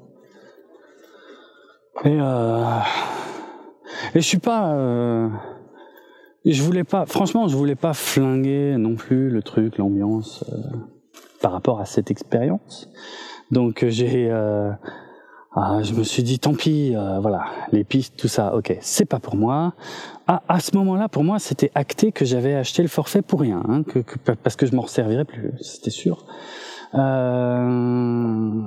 Et euh, et je suis pas, euh, je voulais pas, franchement, je voulais pas flinguer non plus le truc, l'ambiance euh, par rapport à cette expérience. Donc j'ai, euh, ah, je me suis dit, tant pis, euh, voilà, les pistes, tout ça, ok, c'est pas pour moi. Ah, à ce moment-là, pour moi, c'était acté que j'avais acheté le forfait pour rien, hein, que, que parce que je m'en resservirais plus, c'était sûr. Euh,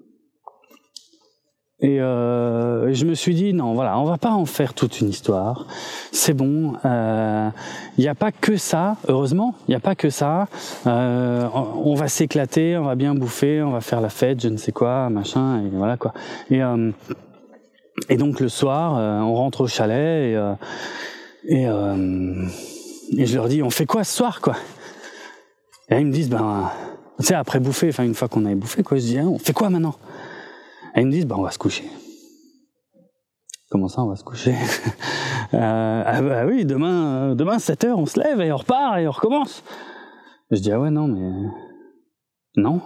Et euh, je me suis dit non, voilà, on va pas en faire toute une histoire. C'est bon. Il euh, n'y a pas que ça, heureusement. Il n'y a pas que ça. Euh, on, on va s'éclater, on va bien bouffer, on va faire la fête, je ne sais quoi, machin, et voilà quoi. Et euh, et donc le soir, euh, on rentre au chalet et euh, et, euh, et je leur dis, on fait quoi ce soir quoi. Et là, ils me disent ben, tu sais, après bouffer, enfin une fois qu'on avait bouffé quoi, je dis hein, on fait quoi maintenant. Et ils me disent, bah, on va se coucher. Comment ça, on va se coucher? euh, ah bah oui, demain, demain, sept heures, on se lève et on repart et on recommence. Je dis, ah ouais, non, mais... Non.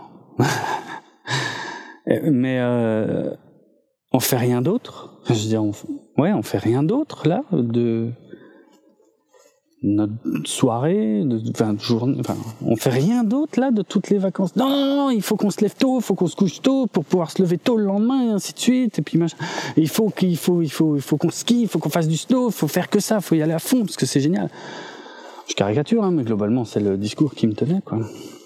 mais euh, on fait rien d'autre. Je dis, on... ouais, on fait rien d'autre, là, de... notre soirée, de, enfin, journée, enfin, on fait rien d'autre là de toutes les vacances. Non, non, non, il faut qu'on se lève tôt, il faut qu'on se couche tôt pour pouvoir se lever tôt le lendemain et ainsi de suite. Et puis machin. Il faut qu'il faut, il faut, il faut qu'on skie, il faut qu'on fasse du snow, il faut faire que ça, il faut y aller à fond parce que c'est génial. Je caricature, hein, mais globalement c'est le discours qui me tenait, quoi.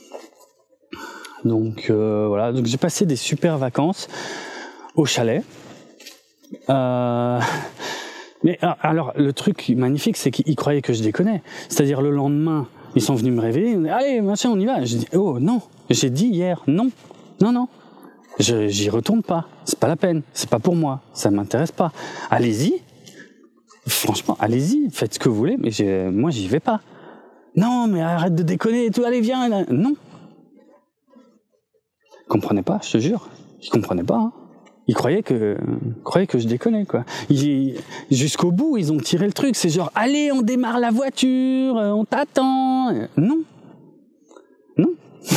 Donc euh, voilà, donc j'ai passé des super vacances au chalet. Euh... Mais alors, le truc magnifique, c'est qu'ils croyaient que je déconnais. C'est-à-dire, le lendemain, ils sont venus me réveiller. Ils me disent, allez, machin, on y va. J'ai dit, oh, non. J'ai dit hier, non. Non, non. Je, j'y retourne pas. C'est pas la peine. C'est pas pour moi. Ça m'intéresse pas. Allez-y. Franchement, allez-y. Faites ce que vous voulez. Mais j'ai, moi, j'y vais pas. Non, mais arrête de déconner et tout. Allez, viens. Non. Ils comprenaient pas, je te jure. Ils comprenaient pas, hein. Ils croyaient que, ils croyaient que je déconnais, quoi. Ils, jusqu'au bout, ils ont tiré le truc. C'est genre, allez, on démarre la voiture, on t'attend. Non. Non.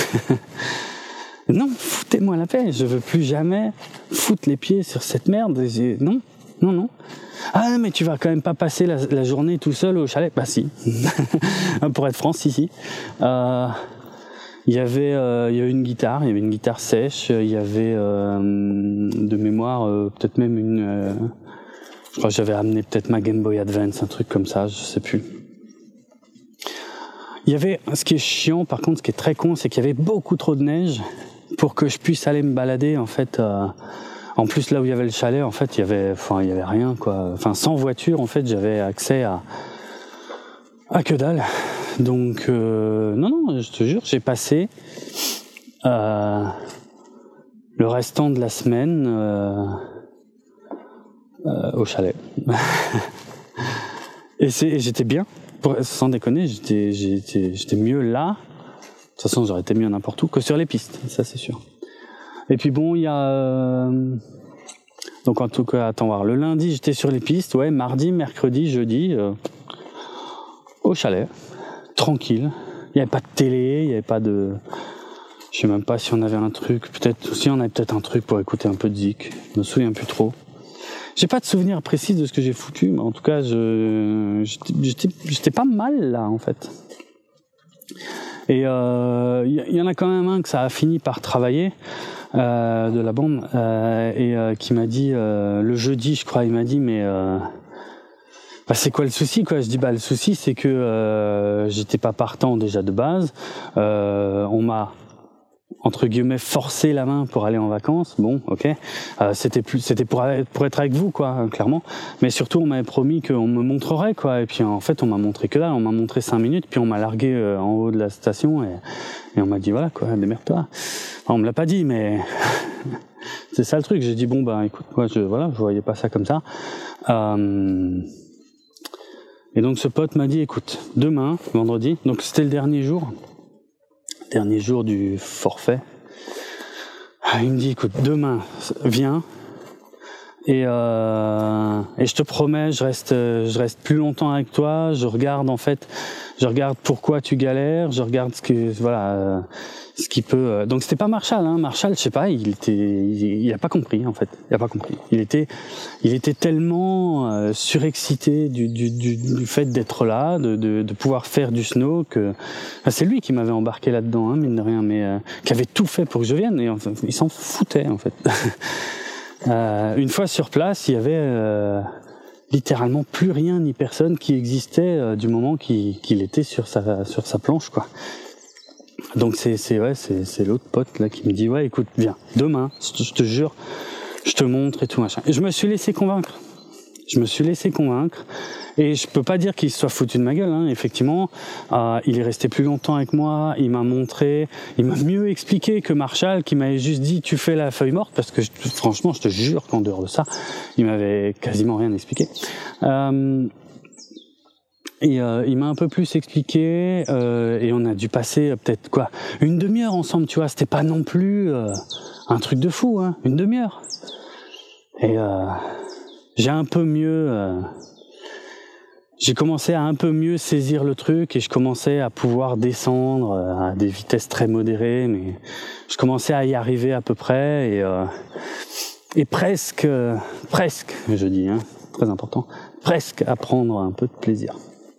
Non, foutez-moi la paix. Je veux plus jamais foutre les pieds sur cette merde. Non, non, non. Ah, mais tu vas quand même pas passer la, la journée tout seul au chalet. Bah si. Pour être franc, si, si. Euh, Il y avait, euh, il y avait une guitare, il y avait une guitare sèche, il y avait euh, de mémoire euh, peut-être même une, euh, je crois que j'avais amené peut-être ma Game Boy Advance, un truc comme ça, je sais plus. Il y avait, ce qui est chiant par contre, ce qui est très con, c'est qu'il y avait beaucoup trop de neige pour que je puisse aller me balader en fait. Euh, en plus là où il y avait le chalet, en fait il y avait, enfin il y avait rien quoi. Enfin sans voiture en fait j'avais accès à à que dalle. Donc, euh, non, non, je te jure, j'ai passé euh, le restant de la semaine euh, euh, au chalet. et, c'est, et j'étais bien, pour, sans déconner, j'étais, j'étais, j'étais mieux là. De toute façon, j'aurais été mieux n'importe où que sur les pistes, ça c'est sûr. Et puis bon, il y a... Euh, donc en tout cas, attends voir, le lundi, j'étais sur les pistes, ouais, mardi, mercredi, jeudi, euh, au chalet. Tranquille, il n'y avait pas de télé, il n'y avait pas de... Je sais même pas si on avait un truc, peut-être, si on avait peut-être un truc pour écouter un peu de zik, je me souviens plus trop. J'ai pas de souvenir précis de ce que j'ai foutu, mais en tout cas, je, j'étais, j'étais, j'étais pas mal là, en fait. Et il euh, y, y en a quand même un que ça a fini par travailler, euh, de la bande, euh, et euh, qui m'a dit, euh, le jeudi, je crois, il m'a dit, mais... Euh, Bah c'est quoi le souci quoi? Je dis bah le souci c'est que euh, j'étais pas partant déjà de base. Euh, on m'a entre guillemets forcé la main pour aller en vacances. Bon, ok. Euh, c'était plus, c'était pour pour être avec vous quoi, clairement. Mais surtout on m'avait promis qu'on me montrerait quoi. Et puis en fait on m'a montré que là, on m'a montré cinq minutes, puis on m'a largué euh, en haut de la station et, et on m'a dit voilà quoi, démerde-toi. Enfin, on me l'a pas dit mais c'est ça le truc. J'ai dit bon bah écoute moi je voilà, je voyais pas ça comme ça. Euh, Et donc ce pote m'a dit, écoute, demain, vendredi, donc c'était le dernier jour, dernier jour du forfait. Il me dit, écoute, demain, viens, et, euh, et je te promets, je reste, je reste plus longtemps avec toi. Je regarde en fait, je regarde pourquoi tu galères, je regarde ce que, voilà, euh, ce qui peut. Euh, donc c'était pas Marshall, hein. Marshall, je sais pas, il était, il, il a pas compris en fait, il a pas compris. Il était, il était tellement euh, surexcité du, du, du, du fait d'être là, de, de, de pouvoir faire du snow que enfin, c'est lui qui m'avait embarqué là-dedans, hein, mine de rien, mais euh, qui avait tout fait pour que je vienne et enfin, il s'en foutait en fait. Euh, une fois sur place, il y avait euh, littéralement plus rien ni personne qui existait euh, du moment qu'il, qu'il était sur sa sur sa planche quoi. Donc c'est c'est ouais c'est c'est l'autre pote là qui me dit ouais écoute viens demain je te, je te jure je te montre et tout machin. Et je me suis laissé convaincre. Je me suis laissé convaincre et je peux pas dire qu'il se soit foutu de ma gueule. Hein. Effectivement, euh, il est resté plus longtemps avec moi. Il m'a montré, il m'a mieux expliqué que Marshall, qui m'avait juste dit tu fais la feuille morte parce que je, franchement, je te jure qu'en dehors de ça, il m'avait quasiment rien expliqué. Euh, et euh, il m'a un peu plus expliqué euh, et on a dû passer euh, peut-être quoi une demi-heure ensemble. Tu vois, c'était pas non plus euh, un truc de fou, hein, une demi-heure. Et euh, j'ai un peu mieux, euh, j'ai commencé à un peu mieux saisir le truc et je commençais à pouvoir descendre à des vitesses très modérées, mais je commençais à y arriver à peu près et, euh, et presque, euh, presque, je dis, hein, très important, presque à prendre un peu de plaisir.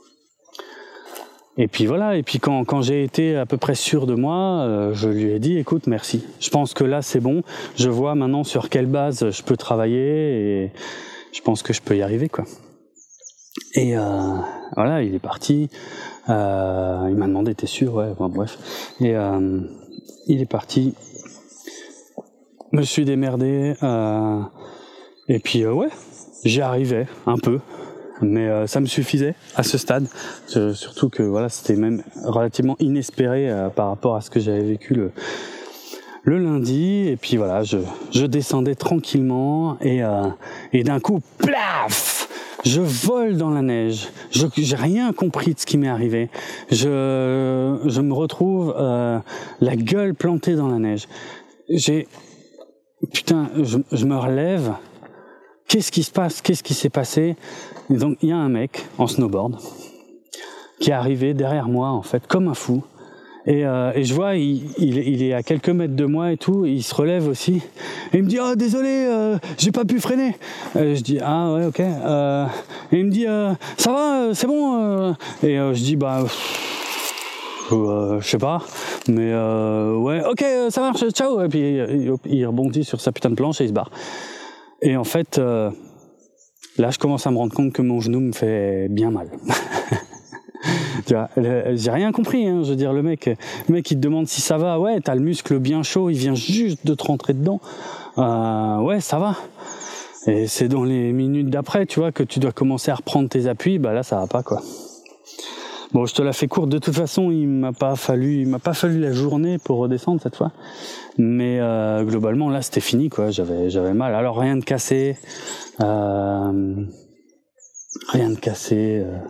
Et puis voilà, et puis quand, quand j'ai été à peu près sûr de moi, euh, je lui ai dit, écoute, merci. Je pense que là c'est bon, je vois maintenant sur quelle base je peux travailler et je pense que je peux y arriver, quoi. Et euh, voilà, il est parti. Euh, il m'a demandé, t'es sûr? Ouais, bon, bref. Et euh, il est parti. Me suis démerdé. Euh, et puis euh, ouais, j'y arrivais un peu, mais euh, ça me suffisait à ce stade. Euh, surtout que voilà, c'était même relativement inespéré euh, par rapport à ce que j'avais vécu le. le lundi, et puis voilà, je, je descendais tranquillement, et, euh, et d'un coup, plaf, je vole dans la neige. Je, j'ai rien compris de ce qui m'est arrivé. Je, je me retrouve euh, la gueule plantée dans la neige. J'ai, putain, je, je me relève. Qu'est-ce qui se passe? Qu'est-ce qui s'est passé? Et donc, il y a un mec en snowboard qui est arrivé derrière moi, en fait, comme un fou. Et, euh, et je vois, il, il, il est à quelques mètres de moi et tout, et il se relève aussi. Et il me dit, oh, désolé, euh, j'ai pas pu freiner. Et je dis, ah ouais, ok. Euh, et il me dit, euh, ça va, c'est bon. Euh. Et euh, je dis, bah, euh, je sais pas, mais euh, ouais, ok, ça marche, ciao. Et puis il, il rebondit sur sa putain de planche et il se barre. Et en fait, euh, là, je commence à me rendre compte que mon genou me fait bien mal. Tu vois, j'ai rien compris, hein, je veux dire, le mec, le mec, il te demande si ça va, ouais, t'as le muscle bien chaud, il vient juste de te rentrer dedans, euh, ouais, ça va. Et c'est dans les minutes d'après, tu vois, que tu dois commencer à reprendre tes appuis, bah là, ça va pas, quoi. Bon, je te la fais courte, de toute façon, il m'a pas fallu, il m'a pas fallu la journée pour redescendre cette fois. Mais euh, globalement, là, c'était fini, quoi. J'avais, j'avais mal. Alors rien de cassé, euh, rien de cassé. Euh,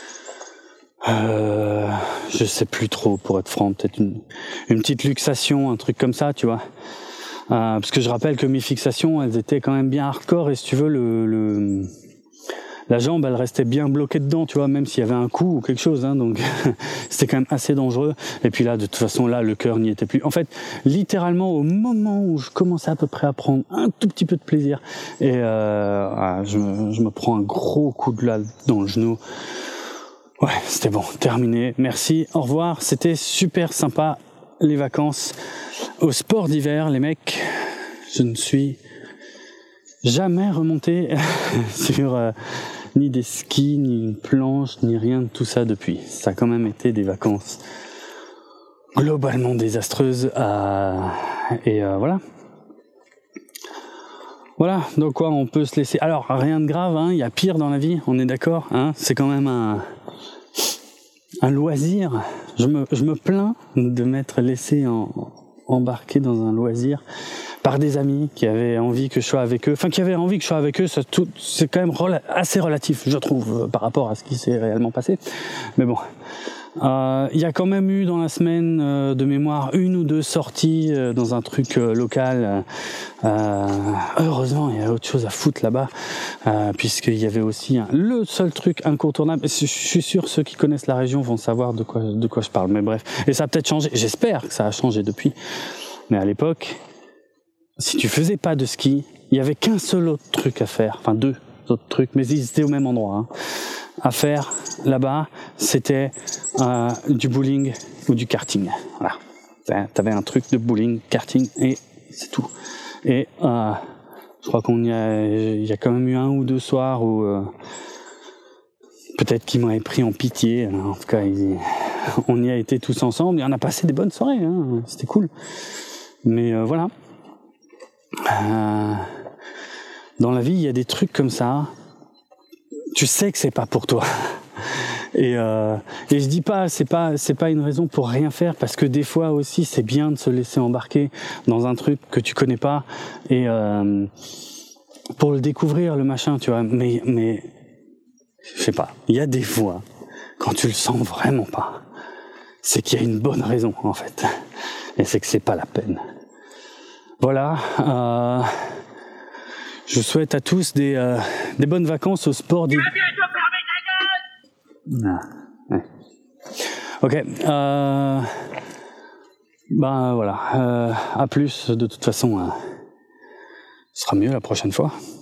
euh, je sais plus trop, pour être franc, peut-être une, une petite luxation, un truc comme ça, tu vois. Euh, parce que je rappelle que mes fixations, elles étaient quand même bien hardcore. Et si tu veux, le, le la jambe, elle restait bien bloquée dedans, tu vois, même s'il y avait un coup ou quelque chose, hein, donc c'était quand même assez dangereux. Et puis là, de toute façon, là, le cœur n'y était plus. En fait, littéralement, au moment où je commençais à peu près à prendre un tout petit peu de plaisir, et euh, ah, je, me, je me prends un gros coup de là dans le genou. Ouais, c'était bon, terminé. Merci, au revoir. C'était super sympa, les vacances au sport d'hiver, les mecs. Je ne suis jamais remonté sur euh, ni des skis, ni une planche, ni rien de tout ça depuis. Ça a quand même été des vacances globalement désastreuses. Euh, et euh, voilà. Voilà, donc quoi, on peut se laisser... Alors, rien de grave, hein, il y a pire dans la vie, on est d'accord, hein, c'est quand même un, un loisir. Je me, je me plains de m'être laissé en, embarquer dans un loisir par des amis qui avaient envie que je sois avec eux, enfin qui avaient envie que je sois avec eux, ça, tout, c'est quand même rela- assez relatif, je trouve, euh, par rapport à ce qui s'est réellement passé. Mais bon, il euh, y a quand même eu dans la semaine euh, de mémoire une ou deux sorties euh, dans un truc euh, local. Euh, heureusement, il y a autre chose à foutre là-bas, euh, puisqu'il y avait aussi un, le seul truc incontournable. Je suis sûr ceux qui connaissent la région vont savoir de quoi de quoi je parle. Mais bref, et ça a peut-être changé. J'espère que ça a changé depuis. Mais à l'époque, si tu faisais pas de ski, il y avait qu'un seul autre truc à faire, enfin deux autres trucs, mais ils étaient au même endroit, hein, à faire là-bas, c'était euh, du bowling ou du karting. Voilà, t'avais un truc de bowling, karting et c'est tout. Et euh, je crois qu'on y a, il y a quand même eu un ou deux soirs où euh, peut-être qu'ils m'avaient pris en pitié. En tout cas, ils, on y a été tous ensemble et on a passé des bonnes soirées, hein, c'était cool. Mais euh, voilà. Euh, dans la vie, il y a des trucs comme ça. Tu sais que c'est pas pour toi. Et, euh, et je dis pas, c'est pas, c'est pas une raison pour rien faire, parce que des fois aussi, c'est bien de se laisser embarquer dans un truc que tu connais pas et euh, pour le découvrir, le machin, tu vois. Mais, mais, je sais pas. Il y a des fois, quand tu le sens vraiment pas, c'est qu'il y a une bonne raison en fait, et c'est que c'est pas la peine. Voilà, euh, je souhaite à tous des, euh, des bonnes vacances au sport d'hiver. Ah, ouais. Ok, euh, ben voilà, euh, à plus, de toute façon, euh, ce sera mieux la prochaine fois.